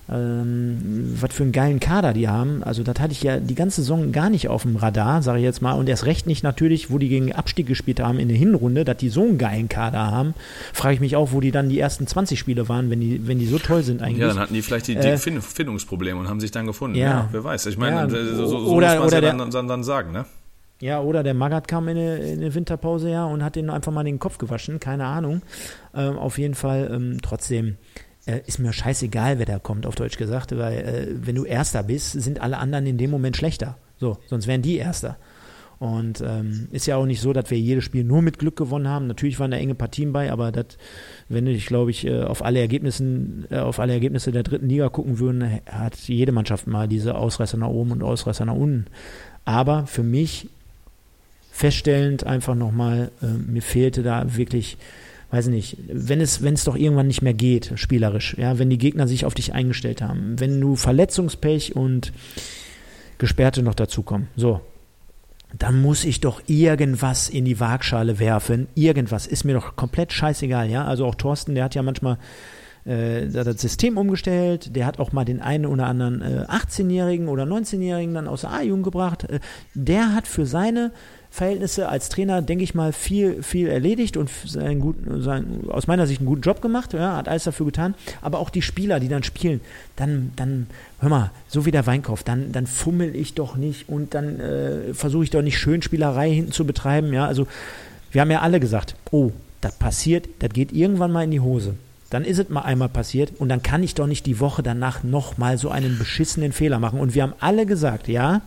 A: was für einen geilen Kader die haben. Also das hatte ich ja die ganze Saison gar nicht auf dem Radar, sage ich jetzt mal. Und erst recht nicht natürlich, wo die gegen Abstieg gespielt haben in der Hinrunde, dass die so einen geilen Kader haben. Frage ich mich auch, wo die dann die ersten 20 Spiele waren, wenn die so toll sind eigentlich.
B: Ja, dann hatten die vielleicht die Findungsprobleme und haben sich dann gefunden. Ja, wer weiß. Ich meine, so muss man es ja dann sagen, ne?
A: Ja, oder der Magath kam in eine Winterpause, ja, und hat den einfach mal den Kopf gewaschen, keine Ahnung. Auf jeden Fall trotzdem ist mir scheißegal, wer da kommt, auf Deutsch gesagt, weil wenn du Erster bist, sind alle anderen in dem Moment schlechter. So, sonst wären die Erster. Und ist ja auch nicht so, dass wir jedes Spiel nur mit Glück gewonnen haben. Natürlich waren da enge Partien bei, aber wenn ich, glaube ich, auf alle Ergebnisse der dritten Liga gucken würden, hat jede Mannschaft mal diese Ausreißer nach oben und Ausreißer nach unten. Aber für mich feststellend einfach nochmal, mir fehlte da wirklich, weiß nicht, wenn es doch irgendwann nicht mehr geht, spielerisch, ja, wenn die Gegner sich auf dich eingestellt haben, wenn du Verletzungspech und Gesperrte noch dazukommen, so, dann muss ich doch irgendwas in die Waagschale werfen, irgendwas, ist mir doch komplett scheißegal, ja, also auch Thorsten, der hat ja manchmal das System umgestellt, der hat auch mal den einen oder anderen 18-Jährigen oder 19-Jährigen dann aus der A-Jugend gebracht, der hat für seine Verhältnisse als Trainer, denke ich mal, viel erledigt und aus meiner Sicht einen guten Job gemacht, ja, hat alles dafür getan, aber auch die Spieler, die dann spielen, dann hör mal, so wie der Weinkauf, dann fummel ich doch nicht und dann versuche ich doch nicht schön Spielerei hinten zu betreiben, ja, also wir haben ja alle gesagt, oh, das passiert, das geht irgendwann mal in die Hose. Dann ist es mal einmal passiert und dann kann ich doch nicht die Woche danach nochmal so einen beschissenen Fehler machen. Und wir haben alle gesagt, ja,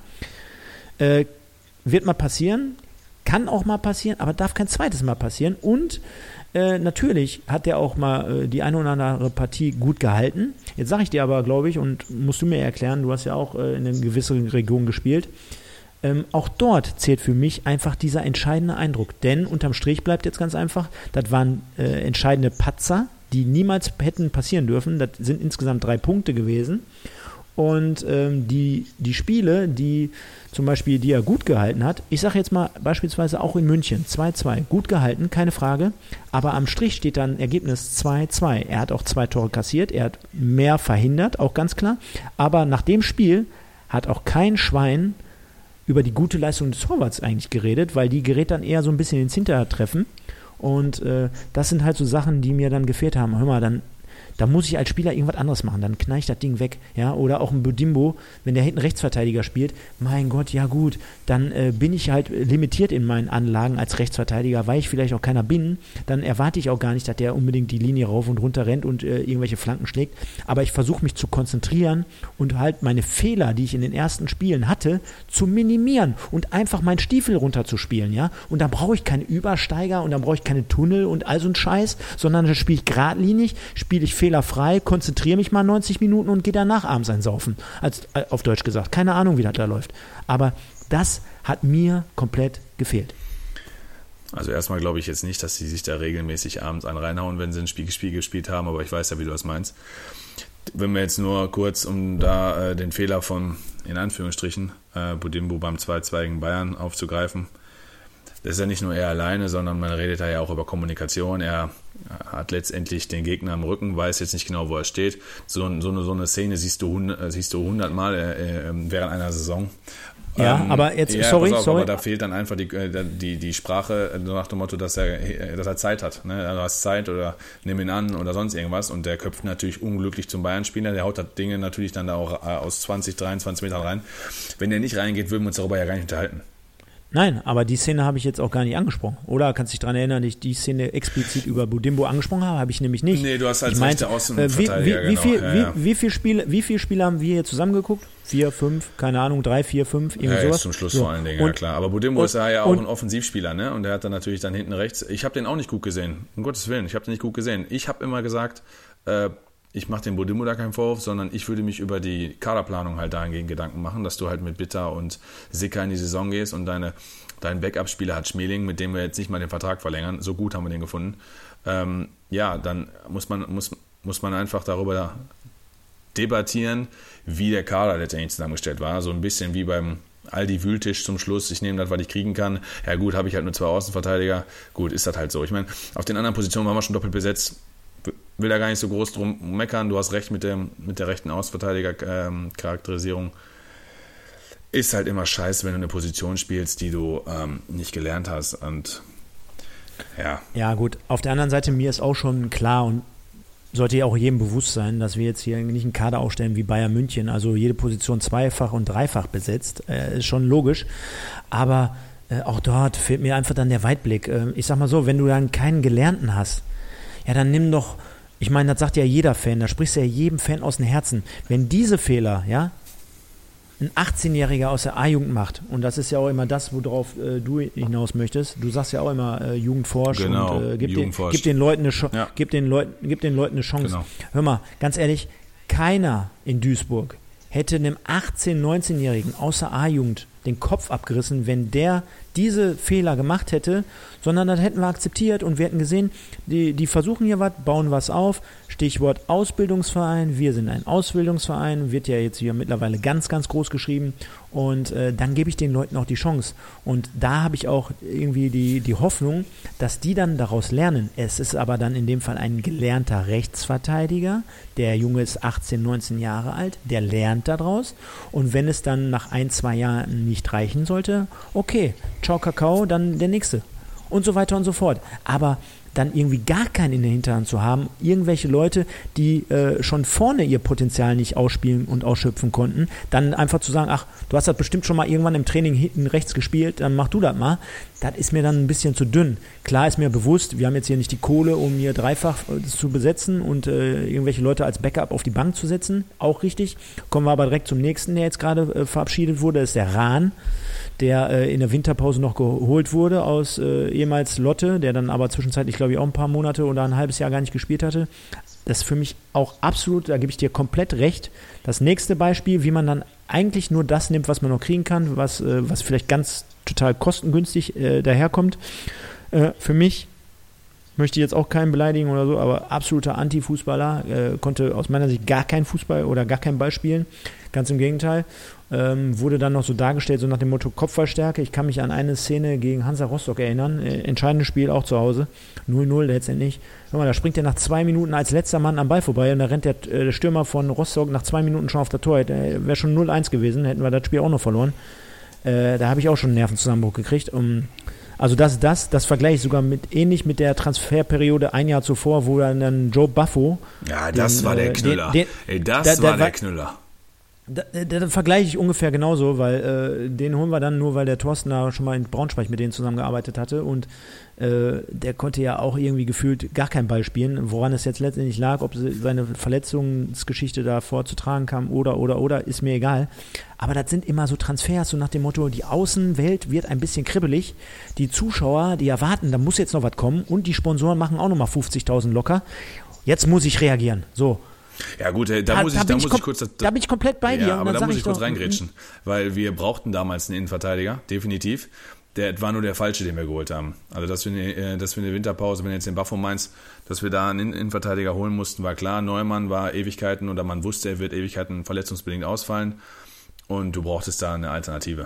A: wird mal passieren, kann auch mal passieren, aber darf kein zweites Mal passieren. Und natürlich hat der auch mal die eine oder andere Partie gut gehalten. Jetzt sage ich dir aber, glaube ich, und musst du mir erklären, du hast ja auch in einer gewissen Region gespielt, auch dort zählt für mich einfach dieser entscheidende Eindruck. Denn unterm Strich bleibt jetzt ganz einfach, das waren entscheidende Patzer, die niemals hätten passieren dürfen. Das sind insgesamt 3 Punkte gewesen. Und die Spiele, die zum Beispiel, die er gut gehalten hat, ich sage jetzt mal beispielsweise auch in München, 2-2, gut gehalten, keine Frage, aber am Strich steht dann Ergebnis 2-2. Er hat auch 2 Tore kassiert, er hat mehr verhindert, auch ganz klar, aber nach dem Spiel hat auch kein Schwein über die gute Leistung des Torwarts eigentlich geredet, weil die gerät dann eher so ein bisschen ins Hintertreffen. Und das sind halt so Sachen, die mir dann gefehlt haben. Hör mal, da muss ich als Spieler irgendwas anderes machen, dann knall ich das Ding weg, ja, oder auch ein Budimbo, wenn der hinten Rechtsverteidiger spielt, mein Gott, ja gut, dann bin ich halt limitiert in meinen Anlagen als Rechtsverteidiger, weil ich vielleicht auch keiner bin, dann erwarte ich auch gar nicht, dass der unbedingt die Linie rauf und runter rennt und irgendwelche Flanken schlägt, aber ich versuche mich zu konzentrieren und halt meine Fehler, die ich in den ersten Spielen hatte, zu minimieren und einfach meinen Stiefel runterzuspielen, ja, und da brauche ich keine Übersteiger und dann brauche ich keine Tunnel und all so ein Scheiß, sondern da spiele ich geradlinig, spiele ich fehlerfrei, konzentriere mich mal 90 Minuten und gehe danach abends einsaufen, auf Deutsch gesagt. Keine Ahnung, wie das da läuft. Aber das hat mir komplett gefehlt.
B: Also erstmal glaube ich jetzt nicht, dass sie sich da regelmäßig abends einen reinhauen, wenn sie ein Spiel gespielt haben, aber ich weiß ja, wie du das meinst. Wenn wir jetzt nur kurz, um da den Fehler von, in Anführungsstrichen, Budimbo beim 2-2 gegen Bayern aufzugreifen, das ist ja nicht nur er alleine, sondern man redet da ja auch über Kommunikation. Er hat letztendlich den Gegner am Rücken, weiß jetzt nicht genau, wo er steht. So eine Szene siehst du 100 Mal während einer Saison.
A: Ja, aber jetzt,
B: ja,
A: sorry.
B: Aber da fehlt dann einfach die Sprache, so nach dem Motto, dass er Zeit hat. Ne? Du hast Zeit oder nimm ihn an oder sonst irgendwas. Und der köpft natürlich unglücklich zum Bayern-Spieler. Der haut das Dinge natürlich dann da auch aus 20, 23 Metern rein. Wenn der nicht reingeht, würden wir uns darüber ja gar nicht unterhalten.
A: Nein, aber die Szene habe ich jetzt auch gar nicht angesprochen. Oder kannst du dich daran erinnern, dass ich die Szene explizit über Budimbo angesprochen habe? Habe ich nämlich nicht.
B: Nee, du hast als rechter Außenverteidiger,
A: wie viele Spiele haben wir hier zusammengeguckt? 4, 5, keine Ahnung, 3, 4, 5, irgendwie sowas?
B: Zum Schluss vor allen Dingen, ja klar. Aber Budimbo ist ja auch ein Offensivspieler, ne? Und der hat dann natürlich dann hinten rechts, ich habe den auch nicht gut gesehen, um Gottes Willen, ich habe den nicht gut gesehen. Ich habe immer gesagt, ich mache dem Budimbo da keinen Vorwurf, sondern ich würde mich über die Kaderplanung halt dahingehend Gedanken machen, dass du halt mit Bitter und Sicker in die Saison gehst und dein Backup-Spieler hat Schmeling, mit dem wir jetzt nicht mal den Vertrag verlängern, so gut haben wir den gefunden. Dann muss man einfach darüber debattieren, wie der Kader letztendlich zusammengestellt war. So ein bisschen wie beim Aldi-Wühltisch zum Schluss. Ich nehme das, was ich kriegen kann. Ja gut, habe ich halt nur 2 Außenverteidiger. Gut, ist das halt so. Ich meine, auf den anderen Positionen waren wir schon doppelt besetzt. Will da gar nicht so groß drum meckern. Du hast recht mit der rechten Außenverteidiger-Charakterisierung. Ist halt immer scheiße, wenn du eine Position spielst, die du nicht gelernt hast. Und ja. Ja
A: gut, auf der anderen Seite, mir ist auch schon klar und sollte ja auch jedem bewusst sein, dass wir jetzt hier nicht einen Kader aufstellen wie Bayern München, also jede Position 2-fach und 3-fach besetzt, ist schon logisch, aber auch dort fehlt mir einfach dann der Weitblick. Ich sag mal so, wenn du dann keinen Gelernten hast, ja dann nimm doch, ich meine, das sagt ja jeder Fan, da sprichst du ja jedem Fan aus dem Herzen, wenn diese Fehler, ja, ein 18-Jähriger aus der A-Jugend macht, und das ist ja auch immer das, worauf du hinaus möchtest, du sagst ja auch immer Jugendforsch,
B: genau,
A: und gib den Leuten eine Chance. Genau. Hör mal, ganz ehrlich, keiner in Duisburg hätte einem 18-, 19-Jährigen aus der A-Jugend den Kopf abgerissen, wenn der diese Fehler gemacht hätte, sondern das hätten wir akzeptiert und wir hätten gesehen, die versuchen hier was, bauen was auf, Stichwort Ausbildungsverein, wir sind ein Ausbildungsverein, wird ja jetzt hier mittlerweile ganz, ganz groß geschrieben und dann gebe ich den Leuten auch die Chance und da habe ich auch irgendwie die Hoffnung, dass die dann daraus lernen. Es ist aber dann in dem Fall ein gelernter Rechtsverteidiger, der Junge ist 18, 19 Jahre alt, der lernt daraus und wenn es dann nach 1, 2 Jahren nicht reichen sollte, okay, ciao Kakao, dann der nächste und so weiter und so fort. Aber dann irgendwie gar keinen in der Hinterhand zu haben, irgendwelche Leute, die schon vorne ihr Potenzial nicht ausspielen und ausschöpfen konnten, dann einfach zu sagen, ach, du hast das bestimmt schon mal irgendwann im Training hinten rechts gespielt, dann mach du das mal. Das ist mir dann ein bisschen zu dünn. Klar ist mir bewusst, wir haben jetzt hier nicht die Kohle, um hier 3-fach zu besetzen und irgendwelche Leute als Backup auf die Bank zu setzen, auch richtig. Kommen wir aber direkt zum nächsten, der jetzt gerade verabschiedet wurde, das ist der Rahn, der in der Winterpause noch geholt wurde aus ehemals Lotte, der dann aber zwischenzeitlich, glaube ich, auch ein paar Monate oder ein halbes Jahr gar nicht gespielt hatte. Das ist für mich auch absolut, da gebe ich dir komplett recht, das nächste Beispiel, wie man dann eigentlich nur das nimmt, was man noch kriegen kann, was vielleicht ganz total kostengünstig daherkommt. Für mich, möchte ich jetzt auch keinen beleidigen oder so, aber absoluter Anti-Fußballer, konnte aus meiner Sicht gar keinen Fußball oder gar keinen Ball spielen, ganz im Gegenteil. Wurde dann noch so dargestellt, so nach dem Motto Kopfballstärke. Ich kann mich an eine Szene gegen Hansa Rostock erinnern, entscheidendes Spiel auch zu Hause, 0-0 letztendlich. Hör mal, da springt er nach 2 Minuten als letzter Mann am Ball vorbei und da rennt der Stürmer von Rostock nach 2 Minuten schon auf der Tor. Wäre schon 0-1 gewesen, hätten wir das Spiel auch noch verloren. Da habe ich auch schon einen Nervenzusammenbruch gekriegt. Also das vergleiche ich sogar ähnlich mit der Transferperiode ein Jahr zuvor, wo dann Joe Buffo...
B: Ja, das war der Knüller. Das war der Knüller.
A: Da vergleiche ich ungefähr genauso, weil den holen wir dann nur, weil der Thorsten da schon mal in Braunschweig mit denen zusammengearbeitet hatte und der konnte ja auch irgendwie gefühlt gar keinen Ball spielen, woran es jetzt letztendlich lag, ob seine Verletzungsgeschichte da vorzutragen kam oder, ist mir egal. Aber das sind immer so Transfers, so nach dem Motto, die Außenwelt wird ein bisschen kribbelig, die Zuschauer, die erwarten, da muss jetzt noch was kommen und die Sponsoren machen auch nochmal 50.000 locker. Jetzt muss ich reagieren, so.
B: Ja gut, da muss ich kurz...
A: Da bin ich komplett bei dir.
B: Ja, aber da muss ich kurz reingrätschen, weil wir brauchten damals einen Innenverteidiger, definitiv. Der war nur der falsche, den wir geholt haben. Also dass wir in der Winterpause, wenn du jetzt den Buffo meinst, dass wir da einen Innenverteidiger holen mussten, war klar. Neumann war Ewigkeiten oder man wusste, er wird Ewigkeiten verletzungsbedingt ausfallen und du brauchtest da eine Alternative.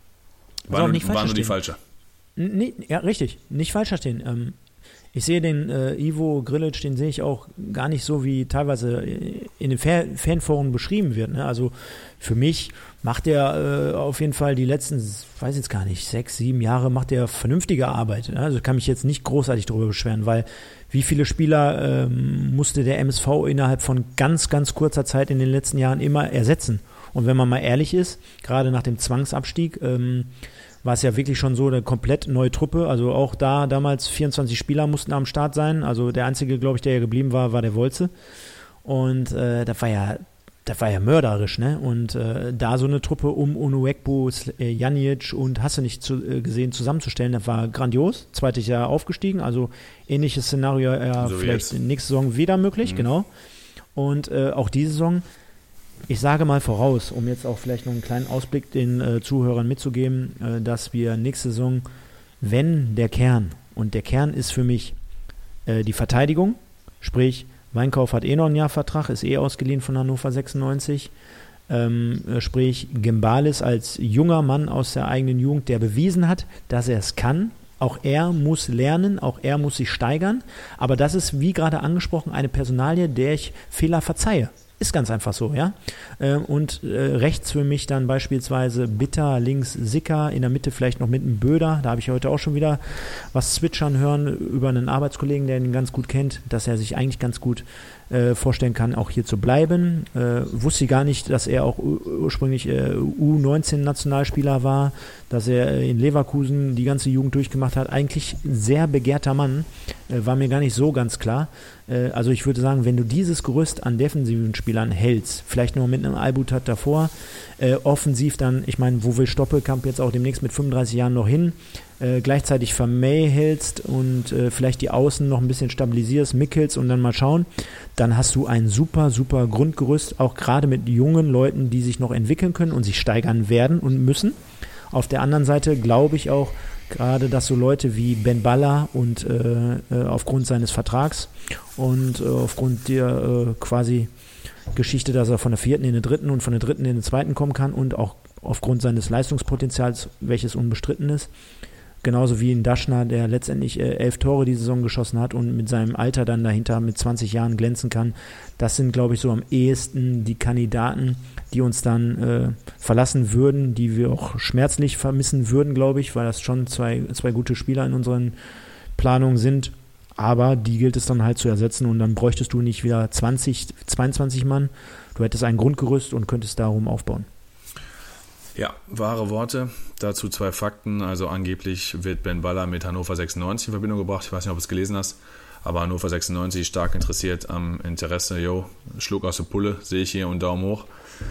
B: War nur die falsche.
A: Nee, ja, richtig. Nicht falsch verstehen. Ich sehe den Ivo Grilic, den sehe ich auch gar nicht so, wie teilweise in den Fanforen beschrieben wird. Ne? Also für mich macht er auf jeden Fall die letzten, weiß jetzt gar nicht, 6, 7 Jahre macht er vernünftige Arbeit. Ne? Also kann mich jetzt nicht großartig darüber beschweren, weil wie viele Spieler musste der MSV innerhalb von ganz, ganz kurzer Zeit in den letzten Jahren immer ersetzen. Und wenn man mal ehrlich ist, gerade nach dem Zwangsabstieg, war es ja wirklich schon so eine komplett neue Truppe. Also auch da damals 24 Spieler mussten am Start sein. Also der einzige, glaube ich, der ja geblieben war der Wolze. Und das war ja mörderisch, ne? Und da so eine Truppe um Onuekbo, Janic und hast du nicht gesehen zusammenzustellen, das war grandios. Zweites Jahr aufgestiegen, also ähnliches Szenario so vielleicht nächste Saison wieder möglich, genau. Und auch diese Saison, ich sage mal voraus, um jetzt auch vielleicht noch einen kleinen Ausblick den Zuhörern mitzugeben, dass wir nächste Saison, wenn der Kern, und der Kern ist für mich die Verteidigung, sprich Weinkauf hat noch ein Jahr Vertrag, ist ausgeliehen von Hannover 96. Sprich, Gembalis als junger Mann aus der eigenen Jugend, der bewiesen hat, dass er es kann. Auch er muss lernen, auch er muss sich steigern. Aber das ist, wie gerade angesprochen, eine Personalie, der ich Fehler verzeihe. Ist ganz einfach so, ja. Und rechts für mich dann beispielsweise Bitter, links Sicker, in der Mitte vielleicht noch mit einem Böder. Da habe ich heute auch schon wieder was zwitschern hören über einen Arbeitskollegen, der ihn ganz gut kennt, dass er sich eigentlich ganz gut vorstellen kann, auch hier zu bleiben. Wusste gar nicht, dass er auch ursprünglich U19-Nationalspieler war, dass er in Leverkusen die ganze Jugend durchgemacht hat. Eigentlich ein sehr begehrter Mann, war mir gar nicht so ganz klar. Also ich würde sagen, wenn du dieses Gerüst an defensiven Spielern hältst, vielleicht nur mit einem Albutat davor, offensiv dann, ich meine, wo will Stoppelkamp jetzt auch demnächst mit 35 Jahren noch hin, gleichzeitig Vermey hältst und vielleicht die Außen noch ein bisschen stabilisierst, Mickels und dann mal schauen, dann hast du ein super, super Grundgerüst, auch gerade mit jungen Leuten, die sich noch entwickeln können und sich steigern werden und müssen. Auf der anderen Seite glaube ich auch, gerade, dass so Leute wie Ben Baller und aufgrund seines Vertrags und aufgrund der quasi Geschichte, dass er von der 4. in den 3. und von der 3. in den 2. kommen kann und auch aufgrund seines Leistungspotenzials, welches unbestritten ist, genauso wie in Daschner, der letztendlich 11 Tore die Saison geschossen hat und mit seinem Alter dann dahinter mit 20 Jahren glänzen kann. Das sind, glaube ich, so am ehesten die Kandidaten, die uns dann verlassen würden, die wir auch schmerzlich vermissen würden, glaube ich, weil das schon zwei gute Spieler in unseren Planungen sind. Aber die gilt es dann halt zu ersetzen und dann bräuchtest du nicht wieder 22 Mann. Du hättest ein Grundgerüst und könntest darum aufbauen.
B: Ja, wahre Worte. Dazu 2 Fakten. Also angeblich wird Ben Baller mit Hannover 96 in Verbindung gebracht. Ich weiß nicht, ob du es gelesen hast. Aber Hannover 96 stark interessiert am Interesse. Schluck aus der Pulle, sehe ich hier und Daumen hoch.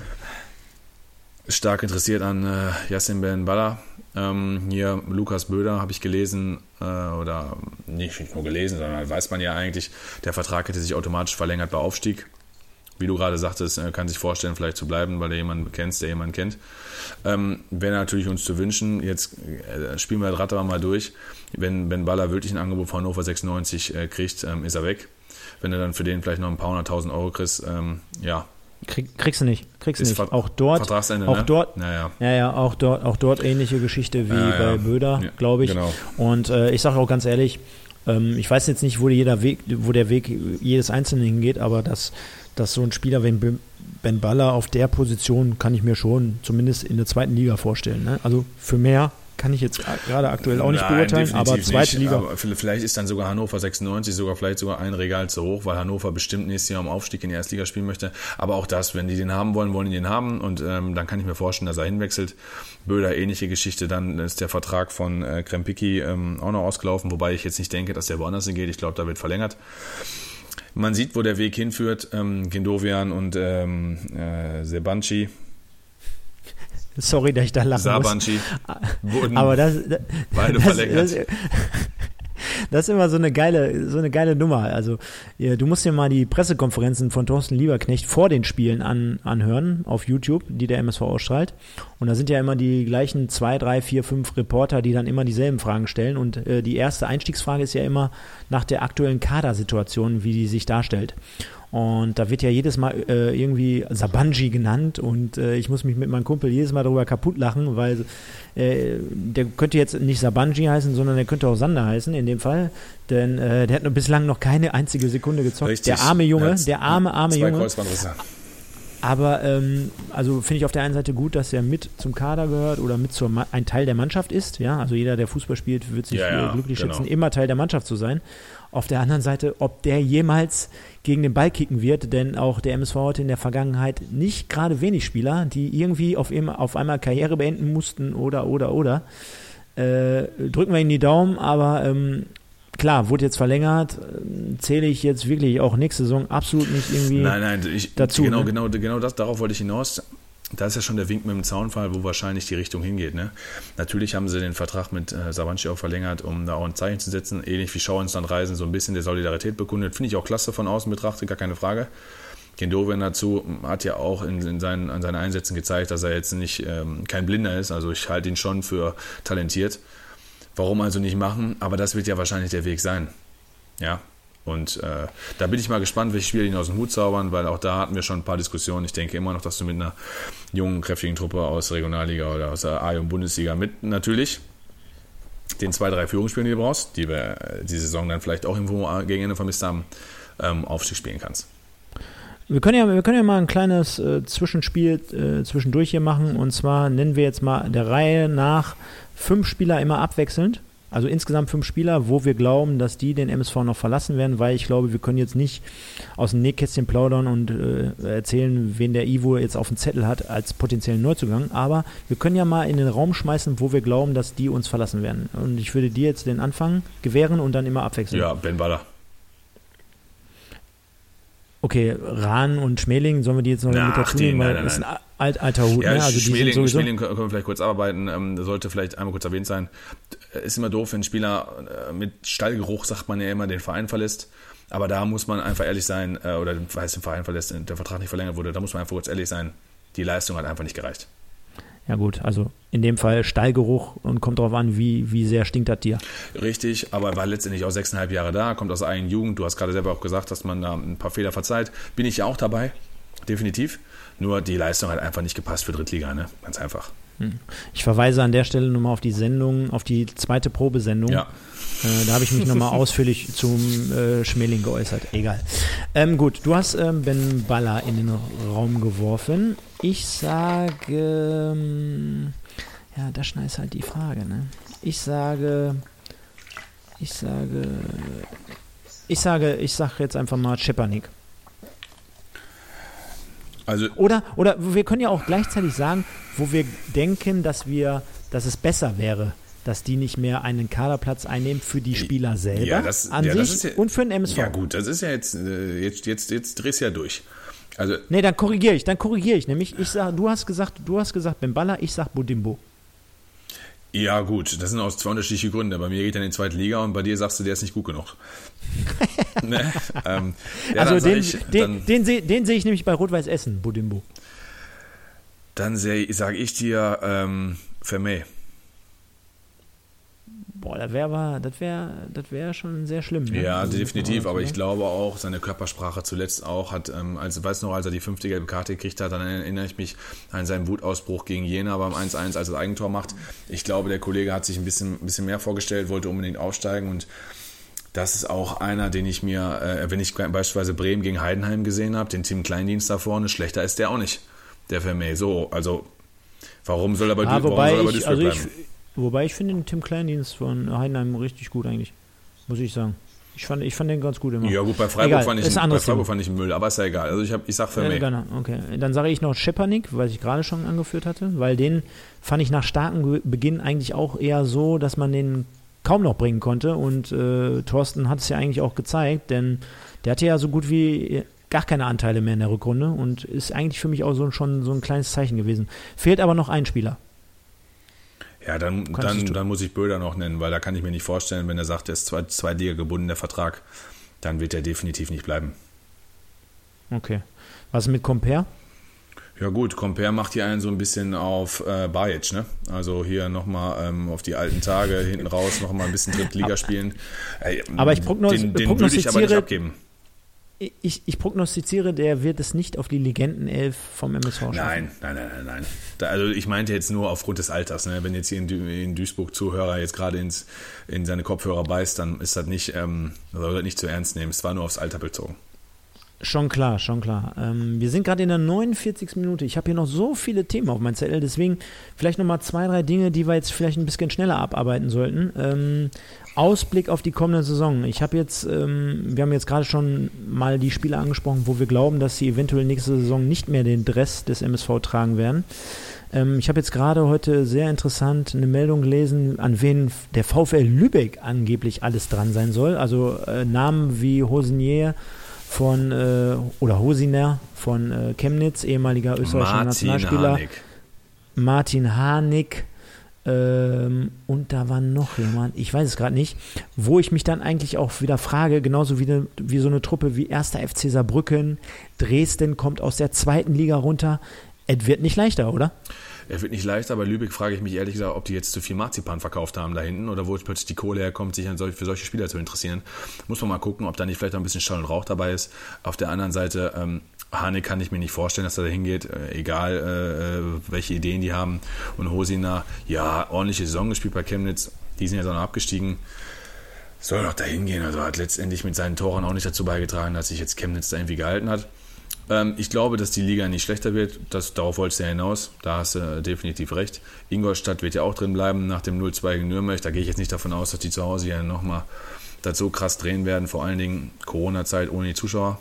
B: Stark interessiert an Yassin Ben Baller. Hier Lukas Böder habe ich gelesen, oder nicht nur gelesen, sondern weiß man ja eigentlich, der Vertrag hätte sich automatisch verlängert bei Aufstieg. Wie du gerade sagtest, kann sich vorstellen, vielleicht zu bleiben, weil er jemanden kennt, der jemanden kennt. Wäre natürlich uns zu wünschen, jetzt spielen wir das Rad aber mal durch. Wenn Ben Baller wirklich ein Angebot von Hannover 96 kriegt, ist er weg. Wenn du dann für den vielleicht noch ein paar 100.000 Euro kriegst, ja.
A: Kriegst du nicht. Auch dort,
B: Vertragsende,
A: auch
B: ne?
A: dort,
B: naja.
A: Auch dort ähnliche Geschichte wie bei Böder, glaube ich. Genau. Und ich sage auch ganz ehrlich, ich weiß jetzt nicht, wo der Weg jedes Einzelnen hingeht, aber dass so ein Spieler wie Ben Baller auf der Position kann ich mir schon zumindest in der 2. Liga vorstellen. Ne? Also für mehr kann ich jetzt gerade aktuell auch nicht beurteilen, aber 2. Liga.
B: Aber vielleicht ist dann sogar Hannover 96 vielleicht sogar ein Regal zu hoch, weil Hannover bestimmt nächstes Jahr um Aufstieg in die Erstliga spielen möchte. Aber auch das, wenn die den haben wollen, wollen die den haben und dann kann ich mir vorstellen, dass er hinwechselt. Böder, ähnliche Geschichte, dann ist der Vertrag von Krempicki auch noch ausgelaufen, wobei ich jetzt nicht denke, dass der woanders hingeht. Ich glaube, da wird verlängert. Man sieht, wo der Weg hinführt. Gindovian und Sebanci.
A: Sorry, dass ich da lachen
B: Sabanci
A: wurden aber
B: beide verlängert.
A: Das ist immer so eine geile Nummer. Also du musst dir mal die Pressekonferenzen von Thorsten Lieberknecht vor den Spielen anhören auf YouTube, die der MSV ausstrahlt. Und da sind ja immer die gleichen 2, 3, 4, 5 Reporter, die dann immer dieselben Fragen stellen. Und die erste Einstiegsfrage ist ja immer nach der aktuellen Kadersituation, wie die sich darstellt. Und da wird ja jedes Mal irgendwie Sabanji genannt und ich muss mich mit meinem Kumpel jedes Mal darüber kaputt lachen, weil der könnte jetzt nicht Sabanji heißen, sondern der könnte auch Sander heißen in dem Fall, denn der hat bislang noch keine einzige Sekunde gezockt. Richtig. Der arme Junge, der arme Junge.
B: Kreuzbandrisse.
A: Aber also finde ich auf der einen Seite gut, dass er mit zum Kader gehört oder mit ein Teil der Mannschaft ist. Ja, also jeder, der Fußball spielt, wird sich glücklich schätzen, immer Teil der Mannschaft zu sein. Auf der anderen Seite, ob der jemals gegen den Ball kicken wird, denn auch der MSV hatte in der Vergangenheit nicht gerade wenig Spieler, die irgendwie auf einmal Karriere beenden mussten oder. drücken wir ihm die Daumen, aber klar, wurde jetzt verlängert, zähle ich jetzt wirklich auch nächste Saison absolut nicht irgendwie dazu.
B: Genau das, darauf wollte ich hinaus. Da ist ja schon der Wink mit dem Zaunfall, wo wahrscheinlich die Richtung hingeht. Ne? Natürlich haben sie den Vertrag mit Savanci auch verlängert, um da auch ein Zeichen zu setzen. Ähnlich wie Schau ins Land reisen, so ein bisschen der Solidarität bekundet. Finde ich auch klasse von außen betrachtet, gar keine Frage. Gendoven dazu hat ja auch an seinen Einsätzen gezeigt, dass er jetzt nicht kein Blinder ist. Also ich halte ihn schon für talentiert. Warum also nicht machen? Aber das wird ja wahrscheinlich der Weg sein. Ja. Und da bin ich mal gespannt, welche Spieler ihn aus dem Hut zaubern, weil auch da hatten wir schon ein paar Diskussionen. Ich denke immer noch, dass du mit einer jungen, kräftigen Truppe aus der Regionalliga oder aus der A-Jugend-Bundesliga mit natürlich den 2-3 Führungsspielern, die du brauchst, die wir die Saison dann vielleicht auch irgendwo gegen Ende vermisst haben, Aufstieg spielen kannst.
A: Wir können ja mal ein kleines Zwischenspiel zwischendurch hier machen, und zwar nennen wir jetzt mal der Reihe nach 5 Spieler immer abwechselnd. Also insgesamt 5 Spieler, wo wir glauben, dass die den MSV noch verlassen werden, weil ich glaube, wir können jetzt nicht aus dem Nähkästchen plaudern und erzählen, wen der Ivo jetzt auf dem Zettel hat als potenziellen Neuzugang. Aber wir können ja mal in den Raum schmeißen, wo wir glauben, dass die uns verlassen werden. Und ich würde dir jetzt den Anfang gewähren und dann immer abwechseln.
B: Ja, Ben Baller.
A: Okay, Rahn und Schmeling, sollen wir die jetzt noch mit dazu nehmen? Weil das ist ein alter Hut.
B: Ja,
A: ne? Also
B: Schmeling können wir vielleicht kurz abarbeiten. Sollte vielleicht einmal kurz erwähnt sein. Ist immer doof, wenn ein Spieler mit Stallgeruch, sagt man ja immer, den Verein verlässt. Aber da muss man einfach ehrlich sein, oder den Verein verlässt, der Vertrag nicht verlängert wurde, da muss man einfach kurz ehrlich sein, die Leistung hat einfach nicht gereicht.
A: Ja gut, also in dem Fall Stallgeruch, und kommt darauf an, wie sehr stinkt das dir.
B: Richtig, aber er war letztendlich auch 6,5 Jahre da, kommt aus der eigenen Jugend. Du hast gerade selber auch gesagt, dass man da ein paar Fehler verzeiht. Bin ich ja auch dabei, definitiv. Nur die Leistung hat einfach nicht gepasst für Drittliga, ne? Ganz einfach.
A: Ich verweise an der Stelle nochmal auf die Sendung, auf die zweite Probesendung.
B: Ja.
A: Da habe ich mich nochmal ausführlich zum Schmeling geäußert. Egal. Gut, du hast Ben Baller in den Raum geworfen. Ich sage, ja, das ist halt die Frage, ne? Ich sage jetzt einfach mal Schepanik.
B: Also
A: oder wir können ja auch gleichzeitig sagen, wo wir denken, dass es besser wäre, dass die nicht mehr einen Kaderplatz einnehmen für die Spieler selber
B: das ist ja,
A: und für den MSV.
B: Ja gut, das ist ja jetzt drehst du ja durch. Also
A: nee, dann korrigiere ich. Nämlich, du hast gesagt Ben Baller, ich sag Budimbo.
B: Ja gut, das sind aus 2 unterschiedliche Gründe. Bei mir geht er in die zweite Liga und bei dir sagst du, der ist nicht gut genug. Ne?
A: Also den sehe ich nämlich bei Rot-Weiß Essen, Budimbo.
B: Dann sage ich dir Vermey.
A: Boah, das wäre schon sehr schlimm. Ne?
B: Ja, also definitiv, aber ich glaube auch, seine Körpersprache zuletzt auch hat, als er die 5. gelbe Karte gekriegt hat, dann erinnere ich mich an seinen Wutausbruch gegen Jena beim 1-1, als er das Eigentor macht. Ich glaube, der Kollege hat sich ein bisschen mehr vorgestellt, wollte unbedingt aufsteigen, und das ist auch einer, den ich mir, wenn ich beispielsweise Bremen gegen Heidenheim gesehen habe, den Tim Kleindienst da vorne, schlechter ist der auch nicht, der Vermey. So, also warum soll er bei Duisburg bleiben?
A: Wobei ich finde den Tim Kleindienst von Heidenheim richtig gut eigentlich, muss ich sagen. Ich fand den ganz gut immer.
B: Ja gut, bei Freiburg fand ich Müll, aber ist ja egal. Also ich sag Vermey.
A: Okay, dann sage ich noch Schepanik, was ich gerade schon angeführt hatte, weil den fand ich nach starkem Beginn eigentlich auch eher so, dass man den kaum noch bringen konnte, und Thorsten hat es ja eigentlich auch gezeigt, denn der hatte ja so gut wie gar keine Anteile mehr in der Rückrunde und ist eigentlich für mich auch schon so ein kleines Zeichen gewesen. Fehlt aber noch ein Spieler.
B: Ja, dann muss ich Böder noch nennen, weil da kann ich mir nicht vorstellen, wenn er sagt, er ist Zweitliga gebunden, der Vertrag, dann wird er definitiv nicht bleiben.
A: Okay. Was mit Comper?
B: Ja gut, Comper macht hier einen so ein bisschen auf Bajic, ne? Also hier nochmal auf die alten Tage, hinten raus nochmal ein bisschen Drittliga spielen.
A: Aber ich
B: den würde ich aber nicht abgeben.
A: Ich prognostiziere, der wird es nicht auf die Legendenelf vom MSV schaffen. Nein.
B: Also ich meinte jetzt nur aufgrund des Alters. Ne? Wenn jetzt hier in Duisburg Zuhörer jetzt gerade in seine Kopfhörer beißt, dann ist das nicht, soll das nicht zu ernst nehmen. Es war nur aufs Alter bezogen.
A: Schon klar. Wir sind gerade in der 49. Minute. Ich habe hier noch so viele Themen auf meinem Zettel, deswegen vielleicht nochmal 2, 3 Dinge, die wir jetzt vielleicht ein bisschen schneller abarbeiten sollten. Ausblick auf die kommende Saison. Wir haben jetzt gerade schon mal die Spieler angesprochen, wo wir glauben, dass sie eventuell nächste Saison nicht mehr den Dress des MSV tragen werden. Ich habe jetzt gerade heute sehr interessant eine Meldung gelesen, an wen der VfL Lübeck angeblich alles dran sein soll. Also Namen wie Hosiner oder Hosiner von Chemnitz, ehemaliger österreichischer Nationalspieler. Martin Harnik. Und da war noch jemand, ich weiß es gerade nicht, wo ich mich dann eigentlich auch wieder frage, genauso wie so eine Truppe wie 1. FC Saarbrücken, Dresden kommt aus der 2. Liga runter. Es wird nicht leichter, oder?
B: Er wird nicht leichter, bei Lübeck frage ich mich ehrlich gesagt, ob die jetzt zu viel Marzipan verkauft haben da hinten oder wo plötzlich die Kohle herkommt, sich für solche Spieler zu interessieren. Muss man mal gucken, ob da nicht vielleicht auch ein bisschen Schall und Rauch dabei ist. Auf der anderen Seite, Harnik kann ich mir nicht vorstellen, dass er da hingeht, egal welche Ideen die haben. Und Hosina, ja, ordentliche Saison gespielt bei Chemnitz, die sind ja auch noch abgestiegen. Soll doch da hingehen, also hat letztendlich mit seinen Toren auch nicht dazu beigetragen, dass sich jetzt Chemnitz da irgendwie gehalten hat. Ich glaube, dass die Liga nicht schlechter wird. Darauf wolltest du ja hinaus. Da hast du definitiv recht. Ingolstadt wird ja auch drin bleiben nach dem 0-2 gegen Nürnberg. Da gehe ich jetzt nicht davon aus, dass die zu Hause ja nochmal das so krass drehen werden. Vor allen Dingen Corona-Zeit ohne die Zuschauer.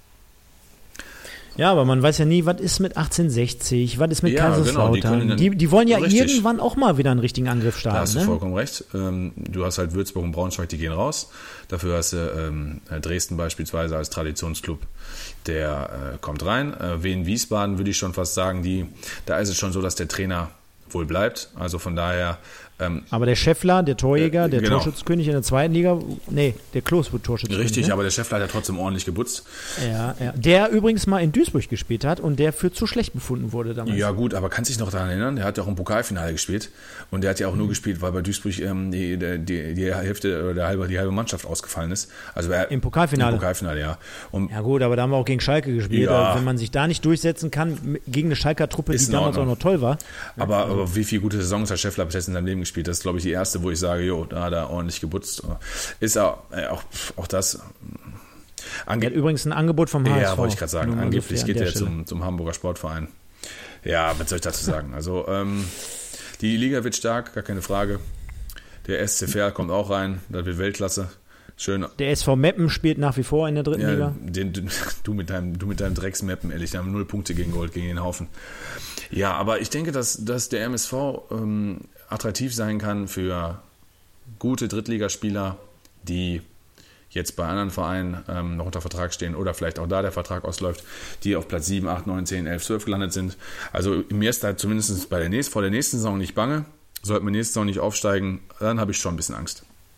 A: Ja, aber man weiß ja nie, was ist mit 1860, was ist mit Kaiserslautern.
B: Genau,
A: die wollen ja
B: richtig.
A: Irgendwann auch mal wieder einen richtigen Angriff starten.
B: Da hast du vollkommen recht. Du hast halt Würzburg und Braunschweig, die gehen raus. Dafür hast du Dresden beispielsweise als Traditionsclub, der kommt rein. Wien-Wiesbaden würde ich schon fast sagen, da ist es schon so, dass der Trainer wohl bleibt. Also von daher...
A: aber der Scheffler, der Torjäger, der
B: genau.
A: Torschützenkönig in der 2. Liga, der Klos wird Torschützenkönig.
B: Richtig,
A: ne?
B: aber der Scheffler hat ja trotzdem ordentlich geputzt.
A: Ja. Der übrigens mal in Duisburg gespielt hat und der für zu schlecht befunden wurde damals.
B: Ja gut, aber kannst dich noch daran erinnern, der hat ja auch im Pokalfinale gespielt und der hat ja auch nur gespielt, weil bei Duisburg die Hälfte oder die halbe Mannschaft ausgefallen ist. Also
A: im Pokalfinale?
B: Im Pokalfinale, ja. Und
A: ja gut, aber da haben wir auch gegen Schalke gespielt.
B: Ja.
A: Also wenn man sich da nicht durchsetzen kann, gegen eine Schalker Truppe, die damals auch noch toll war.
B: Aber wie viele gute Saisons hat Scheffler bis jetzt in seinem Leben gespielt? Das ist, glaube ich, die erste, wo ich sage, da hat er ordentlich geputzt. Ist auch das...
A: Er hat übrigens ein Angebot vom HSV.
B: Ja, wollte ich gerade sagen. Angeblich geht er zum Hamburger Sportverein. Ja, was soll ich dazu sagen? Also, die Liga wird stark, gar keine Frage. Der SC Verl kommt auch rein, das wird Weltklasse. Schön.
A: Der SV Meppen spielt nach wie vor in der 3. Liga.
B: Du mit deinem Drecks-Meppen, ehrlich, da haben 0 Punkte gegen den Haufen. Ja, aber ich denke, dass der MSV attraktiv sein kann für gute Drittligaspieler, die jetzt bei anderen Vereinen noch unter Vertrag stehen oder vielleicht auch da der Vertrag ausläuft, die auf Platz 7, 8, 9, 10, 11, 12 gelandet sind. Also mir ist da zumindest vor der nächsten Saison nicht bange. Sollten wir nächste Saison nicht aufsteigen, dann habe ich schon ein bisschen Angst.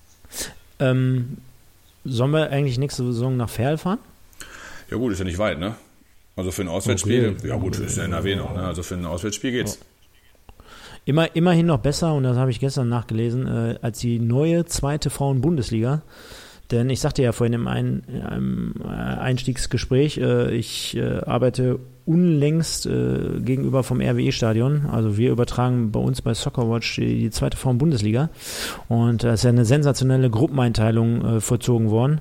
A: Sollen wir eigentlich nächste Saison nach Verl fahren?
B: Ja gut, ist ja nicht weit, ne? Also für ein Auswärtsspiel,
A: okay.
B: Ja gut, ist ja NRW noch, ne? Also für ein Auswärtsspiel geht's.
A: Immerhin noch besser, und das habe ich gestern nachgelesen, als die neue 2. Frauen-Bundesliga. Denn ich sagte ja vorhin in einem Einstiegsgespräch, ich arbeite unlängst gegenüber vom RWE-Stadion. Also wir übertragen bei uns bei Soccerwatch die 2. Frauen-Bundesliga. Und da ist ja eine sensationelle Gruppeneinteilung vollzogen worden.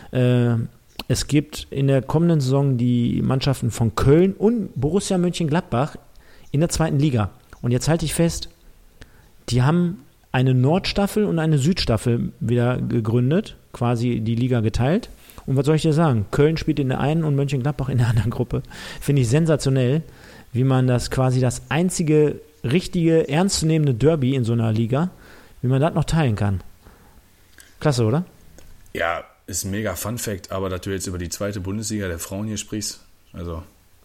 A: Es gibt in der kommenden Saison die Mannschaften von Köln und Borussia Mönchengladbach in der 2. Liga. Und jetzt halte ich fest, die haben eine Nordstaffel und eine Südstaffel wieder gegründet, quasi die Liga geteilt. Und was soll ich dir sagen? Köln spielt in der einen und Mönchengladbach in der anderen Gruppe. Finde ich sensationell, wie man das quasi das einzige richtige, ernstzunehmende Derby in so einer Liga, wie man das noch teilen kann. Klasse, oder?
B: Ja, ist ein mega Fun-Fact, aber dass du jetzt über die 2. Bundesliga der Frauen hier sprichst, also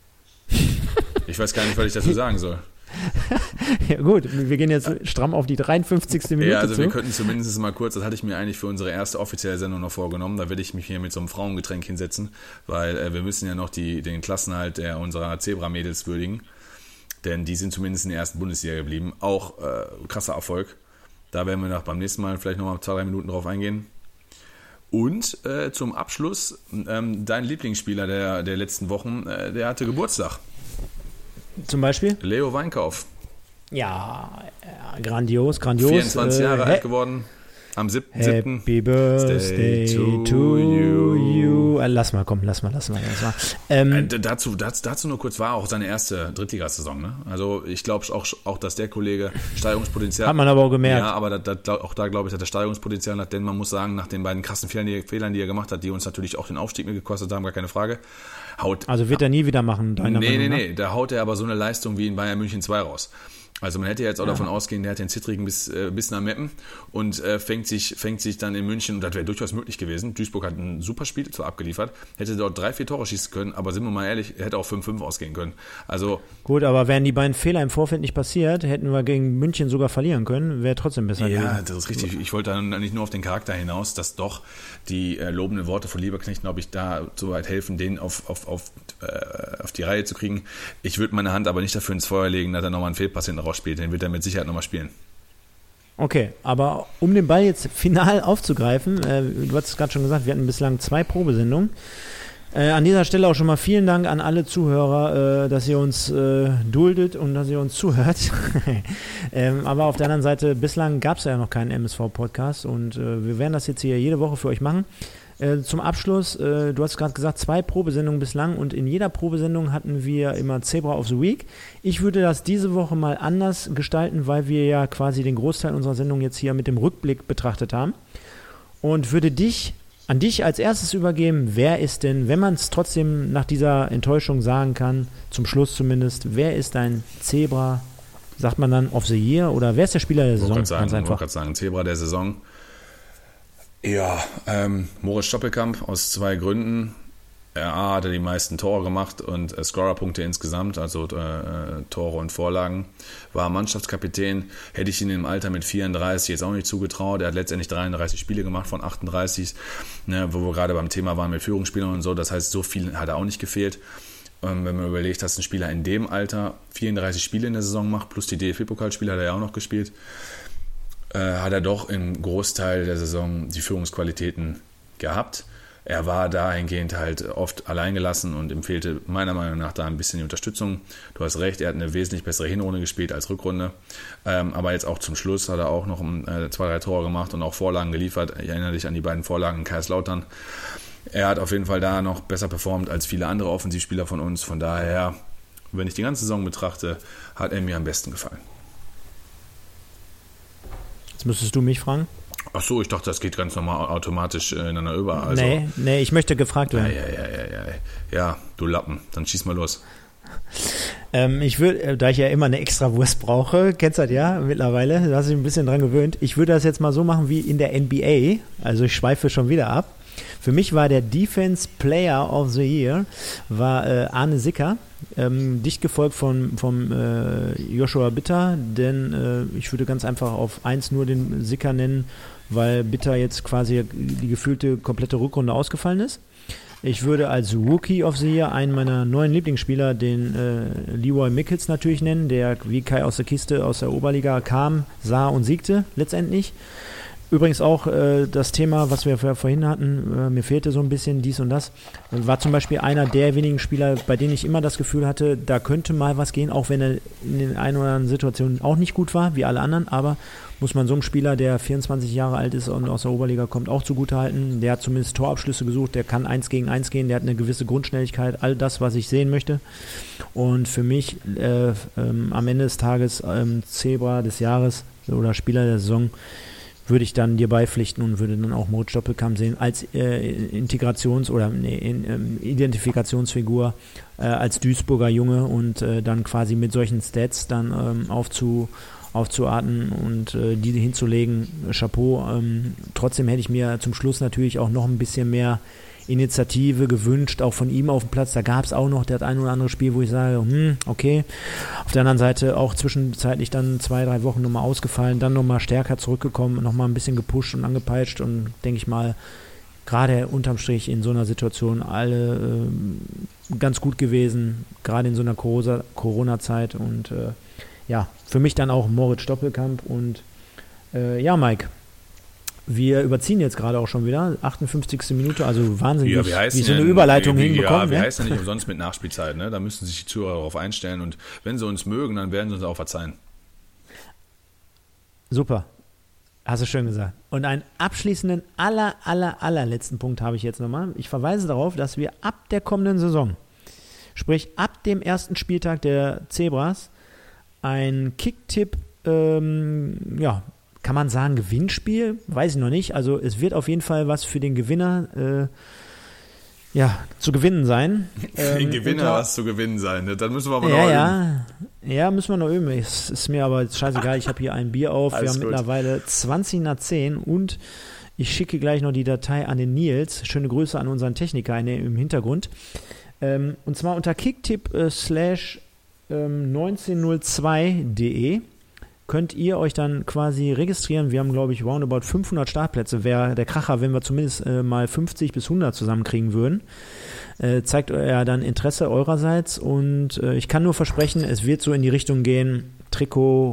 B: ich weiß gar nicht, was ich dazu sagen soll.
A: Ja gut, wir gehen jetzt stramm auf die 53. Minute
B: Ja, also
A: zu.
B: wir könnten zumindest mal kurz, das hatte ich mir eigentlich für unsere erste offizielle Sendung noch vorgenommen, da werde ich mich hier mit so einem Frauengetränk hinsetzen, weil wir müssen ja noch den Klassenhalt unserer Zebra-Mädels würdigen, denn die sind zumindest in der 1. Bundesliga geblieben, auch krasser Erfolg. Da werden wir beim nächsten Mal vielleicht nochmal 2-3 Minuten drauf eingehen. Und zum Abschluss, dein Lieblingsspieler der letzten Wochen, der hatte Geburtstag.
A: Zum Beispiel?
B: Leo Weinkauf.
A: Ja, grandios.
B: 24 Jahre alt geworden. Am 7.
A: Happy Birthday to you. Lass mal.
B: Dazu nur kurz, war auch seine erste Drittligasaison. Ne? Also ich glaube auch, dass der Kollege Steigerungspotenzial
A: hat man aber auch gemerkt.
B: Ja, aber auch da glaube ich, dass er Steigerungspotenzial hat, denn man muss sagen, nach den beiden krassen Fehlern, die er gemacht hat, die uns natürlich auch den Aufstieg mit gekostet haben, gar keine Frage.
A: Also wird er nie wieder machen, deiner Meinung nach?
B: Nee, da haut er aber so eine Leistung wie in Bayern München 2 raus. Also man hätte jetzt auch davon ausgehen, der hat den Zittrigen bis nach Meppen und fängt sich dann in München, und das wäre durchaus möglich gewesen. Duisburg hat ein super Spiel zwar abgeliefert, hätte dort 3-4 Tore schießen können, aber sind wir mal ehrlich, er hätte auch 5-5 ausgehen können. Also
A: gut, aber wären die beiden Fehler im Vorfeld nicht passiert, hätten wir gegen München sogar verlieren können, wäre trotzdem besser gewesen.
B: Ja, das ist richtig. Ich wollte dann nicht nur auf den Charakter hinaus, dass doch die lobenden Worte von Lieberknecht, glaube ich, da so weit helfen, den auf die Reihe zu kriegen. Ich würde meine Hand aber nicht dafür ins Feuer legen, dass er nochmal einen Fehlpass hinten raus spielt. Den wird er mit Sicherheit nochmal spielen.
A: Okay, aber um den Ball jetzt final aufzugreifen, du hast es gerade schon gesagt, wir hatten bislang 2 Probesendungen. An dieser Stelle auch schon mal vielen Dank an alle Zuhörer, dass ihr uns duldet und dass ihr uns zuhört. Aber auf der anderen Seite, bislang gab es ja noch keinen MSV-Podcast und wir werden das jetzt hier jede Woche für euch machen. Zum Abschluss, du hast gerade gesagt, 2 Probesendungen bislang und in jeder Probesendung hatten wir immer Zebra of the Week. Ich würde das diese Woche mal anders gestalten, weil wir ja quasi den Großteil unserer Sendung jetzt hier mit dem Rückblick betrachtet haben und würde an dich als erstes übergeben, wer ist denn, wenn man es trotzdem nach dieser Enttäuschung sagen kann, zum Schluss zumindest, wer ist dein Zebra, sagt man dann of the Year oder wer ist der Spieler der Saison?
B: Ich wollte gerade sagen, Zebra der Saison. Ja, Moritz Stoppelkamp aus 2 Gründen. Er hat die meisten Tore gemacht und Scorerpunkte insgesamt, also Tore und Vorlagen. War Mannschaftskapitän, hätte ich ihn im Alter mit 34 jetzt auch nicht zugetraut. Er hat letztendlich 33 Spiele gemacht von 38, ne, wo wir gerade beim Thema waren mit Führungsspielern und so. Das heißt, so viel hat er auch nicht gefehlt. Wenn man überlegt, dass ein Spieler in dem Alter 34 Spiele in der Saison macht, plus die DFB-Pokalspiele hat er ja auch noch gespielt, hat er doch im Großteil der Saison die Führungsqualitäten gehabt. Er war dahingehend halt oft alleingelassen und ihm fehlte meiner Meinung nach da ein bisschen die Unterstützung. Du hast recht, er hat eine wesentlich bessere Hinrunde gespielt als Rückrunde. Aber jetzt auch zum Schluss hat er auch noch 2-3 Tore gemacht und auch Vorlagen geliefert. Ich erinnere dich an die beiden Vorlagen in Kaiserslautern. Er hat auf jeden Fall da noch besser performt als viele andere Offensivspieler von uns. Von daher, wenn ich die ganze Saison betrachte, hat er mir am besten gefallen.
A: Jetzt müsstest du mich fragen.
B: Ach so, ich dachte, das geht ganz normal automatisch ineinander über. Also,
A: nee, ich möchte gefragt werden.
B: Ja, du Lappen, dann schieß mal los.
A: Ich würde, da ich ja immer eine extra Wurst brauche, kennst du das ja mittlerweile, du hast dich ein bisschen dran gewöhnt, ich würde das jetzt mal so machen wie in der NBA, also ich schweife schon wieder ab. Für mich war der Defense Player of the Year war Arne Sicker, dicht gefolgt vom Joshua Bitter, denn ich würde ganz einfach auf 1 nur den Sicker nennen, weil Bitter jetzt quasi die gefühlte komplette Rückrunde ausgefallen ist. Ich würde als Rookie of the Year einen meiner neuen Lieblingsspieler, den Leroy Mickels natürlich nennen, der wie Kai aus der Kiste aus der Oberliga kam, sah und siegte letztendlich. Übrigens auch das Thema, was wir vorhin hatten, mir fehlte so ein bisschen dies und das, war zum Beispiel einer der wenigen Spieler, bei denen ich immer das Gefühl hatte, da könnte mal was gehen, auch wenn er in den ein oder anderen Situationen auch nicht gut war, wie alle anderen, aber muss man so einem Spieler, der 24 Jahre alt ist und aus der Oberliga kommt, auch zugutehalten. Der hat zumindest Torabschlüsse gesucht, der kann 1 gegen 1 gehen, der hat eine gewisse Grundschnelligkeit, all das, was ich sehen möchte. Und für mich am Ende des Tages Zebra des Jahres oder Spieler der Saison würde ich dann dir beipflichten und würde dann auch Moritz Stoppelkamp sehen als Identifikationsfigur als Duisburger Junge und dann quasi mit solchen Stats dann aufzuarten und die hinzulegen. Chapeau. Trotzdem hätte ich mir zum Schluss natürlich auch noch ein bisschen mehr Initiative gewünscht, auch von ihm auf dem Platz. Da gab es auch noch das ein oder andere Spiel, wo ich sage, okay. Auf der anderen Seite auch zwischenzeitlich dann 2-3 Wochen nochmal ausgefallen, dann nochmal stärker zurückgekommen, nochmal ein bisschen gepusht und angepeitscht und denke ich mal, gerade unterm Strich in so einer Situation alle ganz gut gewesen, gerade in so einer Corona-Zeit und für mich dann auch Moritz Stoppelkamp und Mike, wir überziehen jetzt gerade auch schon wieder, 58. Minute, also wahnsinnig, wie so eine Überleitung hinbekommen.
B: Ja, wir heißen ja nicht umsonst mit Nachspielzeit, ne? Da müssen sich die Zuhörer darauf einstellen und wenn sie uns mögen, dann werden sie uns auch verzeihen.
A: Super. Hast du schön gesagt. Und einen abschließenden allerletzten Punkt habe ich jetzt nochmal. Ich verweise darauf, dass wir ab der kommenden Saison, sprich ab dem ersten Spieltag der Zebras, ein Kicktipp, kann man sagen Gewinnspiel? Weiß ich noch nicht. Also es wird auf jeden Fall was für den Gewinner zu gewinnen sein.
B: Für den Gewinner was zu gewinnen sein. Dann müssen wir aber noch üben.
A: Ja, müssen wir noch üben. Es ist mir aber scheißegal. Ich habe hier ein Bier auf. Wir haben mittlerweile 20 nach 10 und ich schicke gleich noch die Datei an den Nils. Schöne Grüße an unseren Techniker im Hintergrund. Und zwar unter kicktipp/1902.de könnt ihr euch dann quasi registrieren. Wir haben, glaube ich, roundabout 500 Startplätze. Wäre der Kracher, wenn wir zumindest mal 50 bis 100 zusammenkriegen würden. Zeigt ja dann Interesse eurerseits. Und ich kann nur versprechen, es wird so in die Richtung gehen, Trikot,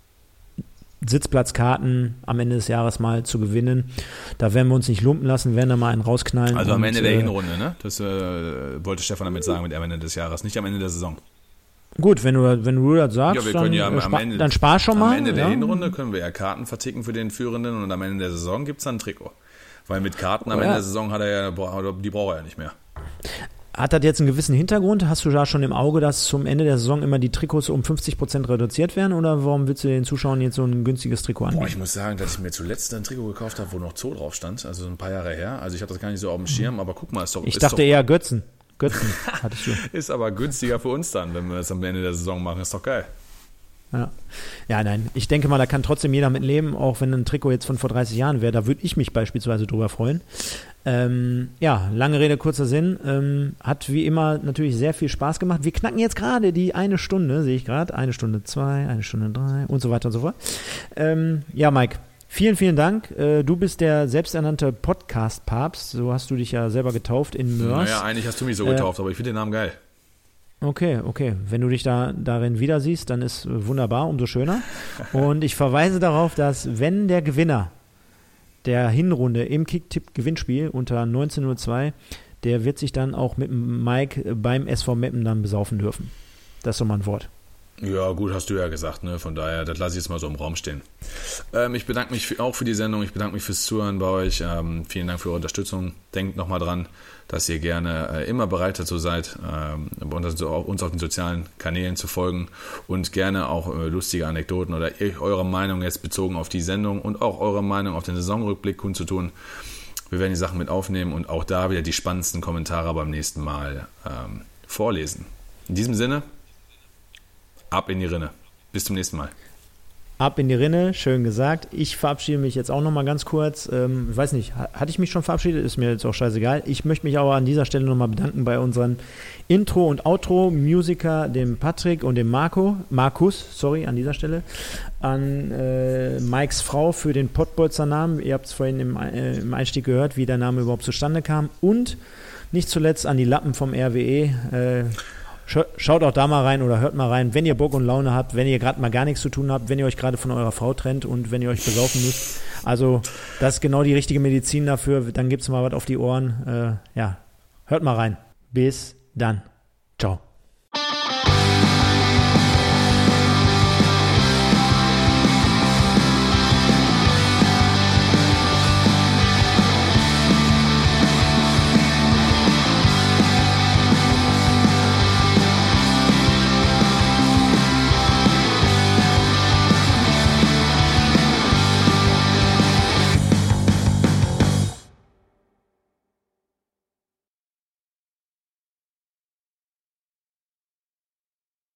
A: Sitzplatzkarten am Ende des Jahres mal zu gewinnen. Da werden wir uns nicht lumpen lassen, werden da mal einen rausknallen.
B: Also am Ende der Hinrunde, ne? Das wollte Stefan damit sagen, mit am Ende des Jahres, nicht am Ende der Saison.
A: Gut, wenn du das sagst, dann spar schon mal.
B: Am Ende der Hinrunde können wir ja Karten verticken für den Führenden und am Ende der Saison gibt es dann ein Trikot. Weil mit Karten am Ende der Saison die braucht er ja nicht mehr.
A: Hat das jetzt einen gewissen Hintergrund? Hast du da schon im Auge, dass zum Ende der Saison immer die Trikots um 50% reduziert werden? Oder warum willst du den Zuschauern jetzt so ein günstiges Trikot anbieten?
B: Ich muss sagen, dass ich mir zuletzt ein Trikot gekauft habe, wo noch Zoo drauf stand. Also ein paar Jahre her. Also ich habe das gar nicht so auf dem Schirm, aber guck mal,
A: Ich dachte eher Götzen hattest du.
B: Ist aber günstiger für uns dann, wenn wir das am Ende der Saison machen. Ist doch geil.
A: Ja, nein. Ich denke mal, da kann trotzdem jeder mit leben, auch wenn ein Trikot jetzt von vor 30 Jahren wäre. Da würde ich mich beispielsweise drüber freuen. Lange Rede, kurzer Sinn. Hat wie immer natürlich sehr viel Spaß gemacht. Wir knacken jetzt gerade die 1 Stunde, sehe ich gerade. 1 Stunde 2, 1 Stunde 3 und so weiter und so fort. Mike, vielen, vielen Dank. Du bist der selbsternannte Podcast-Papst. So hast du dich ja selber getauft in Mörs.
B: Naja, eigentlich hast du mich so getauft, aber ich finde den Namen geil.
A: Okay. Wenn du dich darin wieder siehst, dann ist wunderbar, umso schöner. Und ich verweise darauf, dass wenn der Gewinner der Hinrunde im Kicktipp-Gewinnspiel unter 1902, der wird sich dann auch mit Mike beim SV Meppen dann besaufen dürfen. Das ist doch mal ein Wort.
B: Ja, gut, hast du ja gesagt, ne? Von daher, das lasse ich jetzt mal so im Raum stehen. Ich bedanke mich auch für die Sendung, ich bedanke mich fürs Zuhören bei euch. Vielen Dank für eure Unterstützung. Denkt nochmal dran, dass ihr gerne immer bereit dazu seid, uns auf den sozialen Kanälen zu folgen und gerne auch lustige Anekdoten oder eure Meinung jetzt bezogen auf die Sendung und auch eure Meinung auf den Saisonrückblick kundzutun. Wir werden die Sachen mit aufnehmen und auch da wieder die spannendsten Kommentare beim nächsten Mal vorlesen. In diesem Sinne, ab in die Rinne. Bis zum nächsten Mal.
A: Ab in die Rinne, schön gesagt. Ich verabschiede mich jetzt auch noch mal ganz kurz. Ich weiß nicht, hatte ich mich schon verabschiedet? Ist mir jetzt auch scheißegal. Ich möchte mich aber an dieser Stelle noch mal bedanken bei unseren Intro- und Outro-Musiker, dem Patrick und dem Markus, an dieser Stelle. An Mikes Frau für den Pottbolzer Namen. Ihr habt es vorhin im Einstieg gehört, wie der Name überhaupt zustande kam. Und nicht zuletzt an die Lappen vom RWE. Schaut auch da mal rein oder hört mal rein, wenn ihr Bock und Laune habt, wenn ihr gerade mal gar nichts zu tun habt, wenn ihr euch gerade von eurer Frau trennt und wenn ihr euch besaufen müsst. Also das ist genau die richtige Medizin dafür. Dann gibt's mal was auf die Ohren. Hört mal rein. Bis dann. Ciao.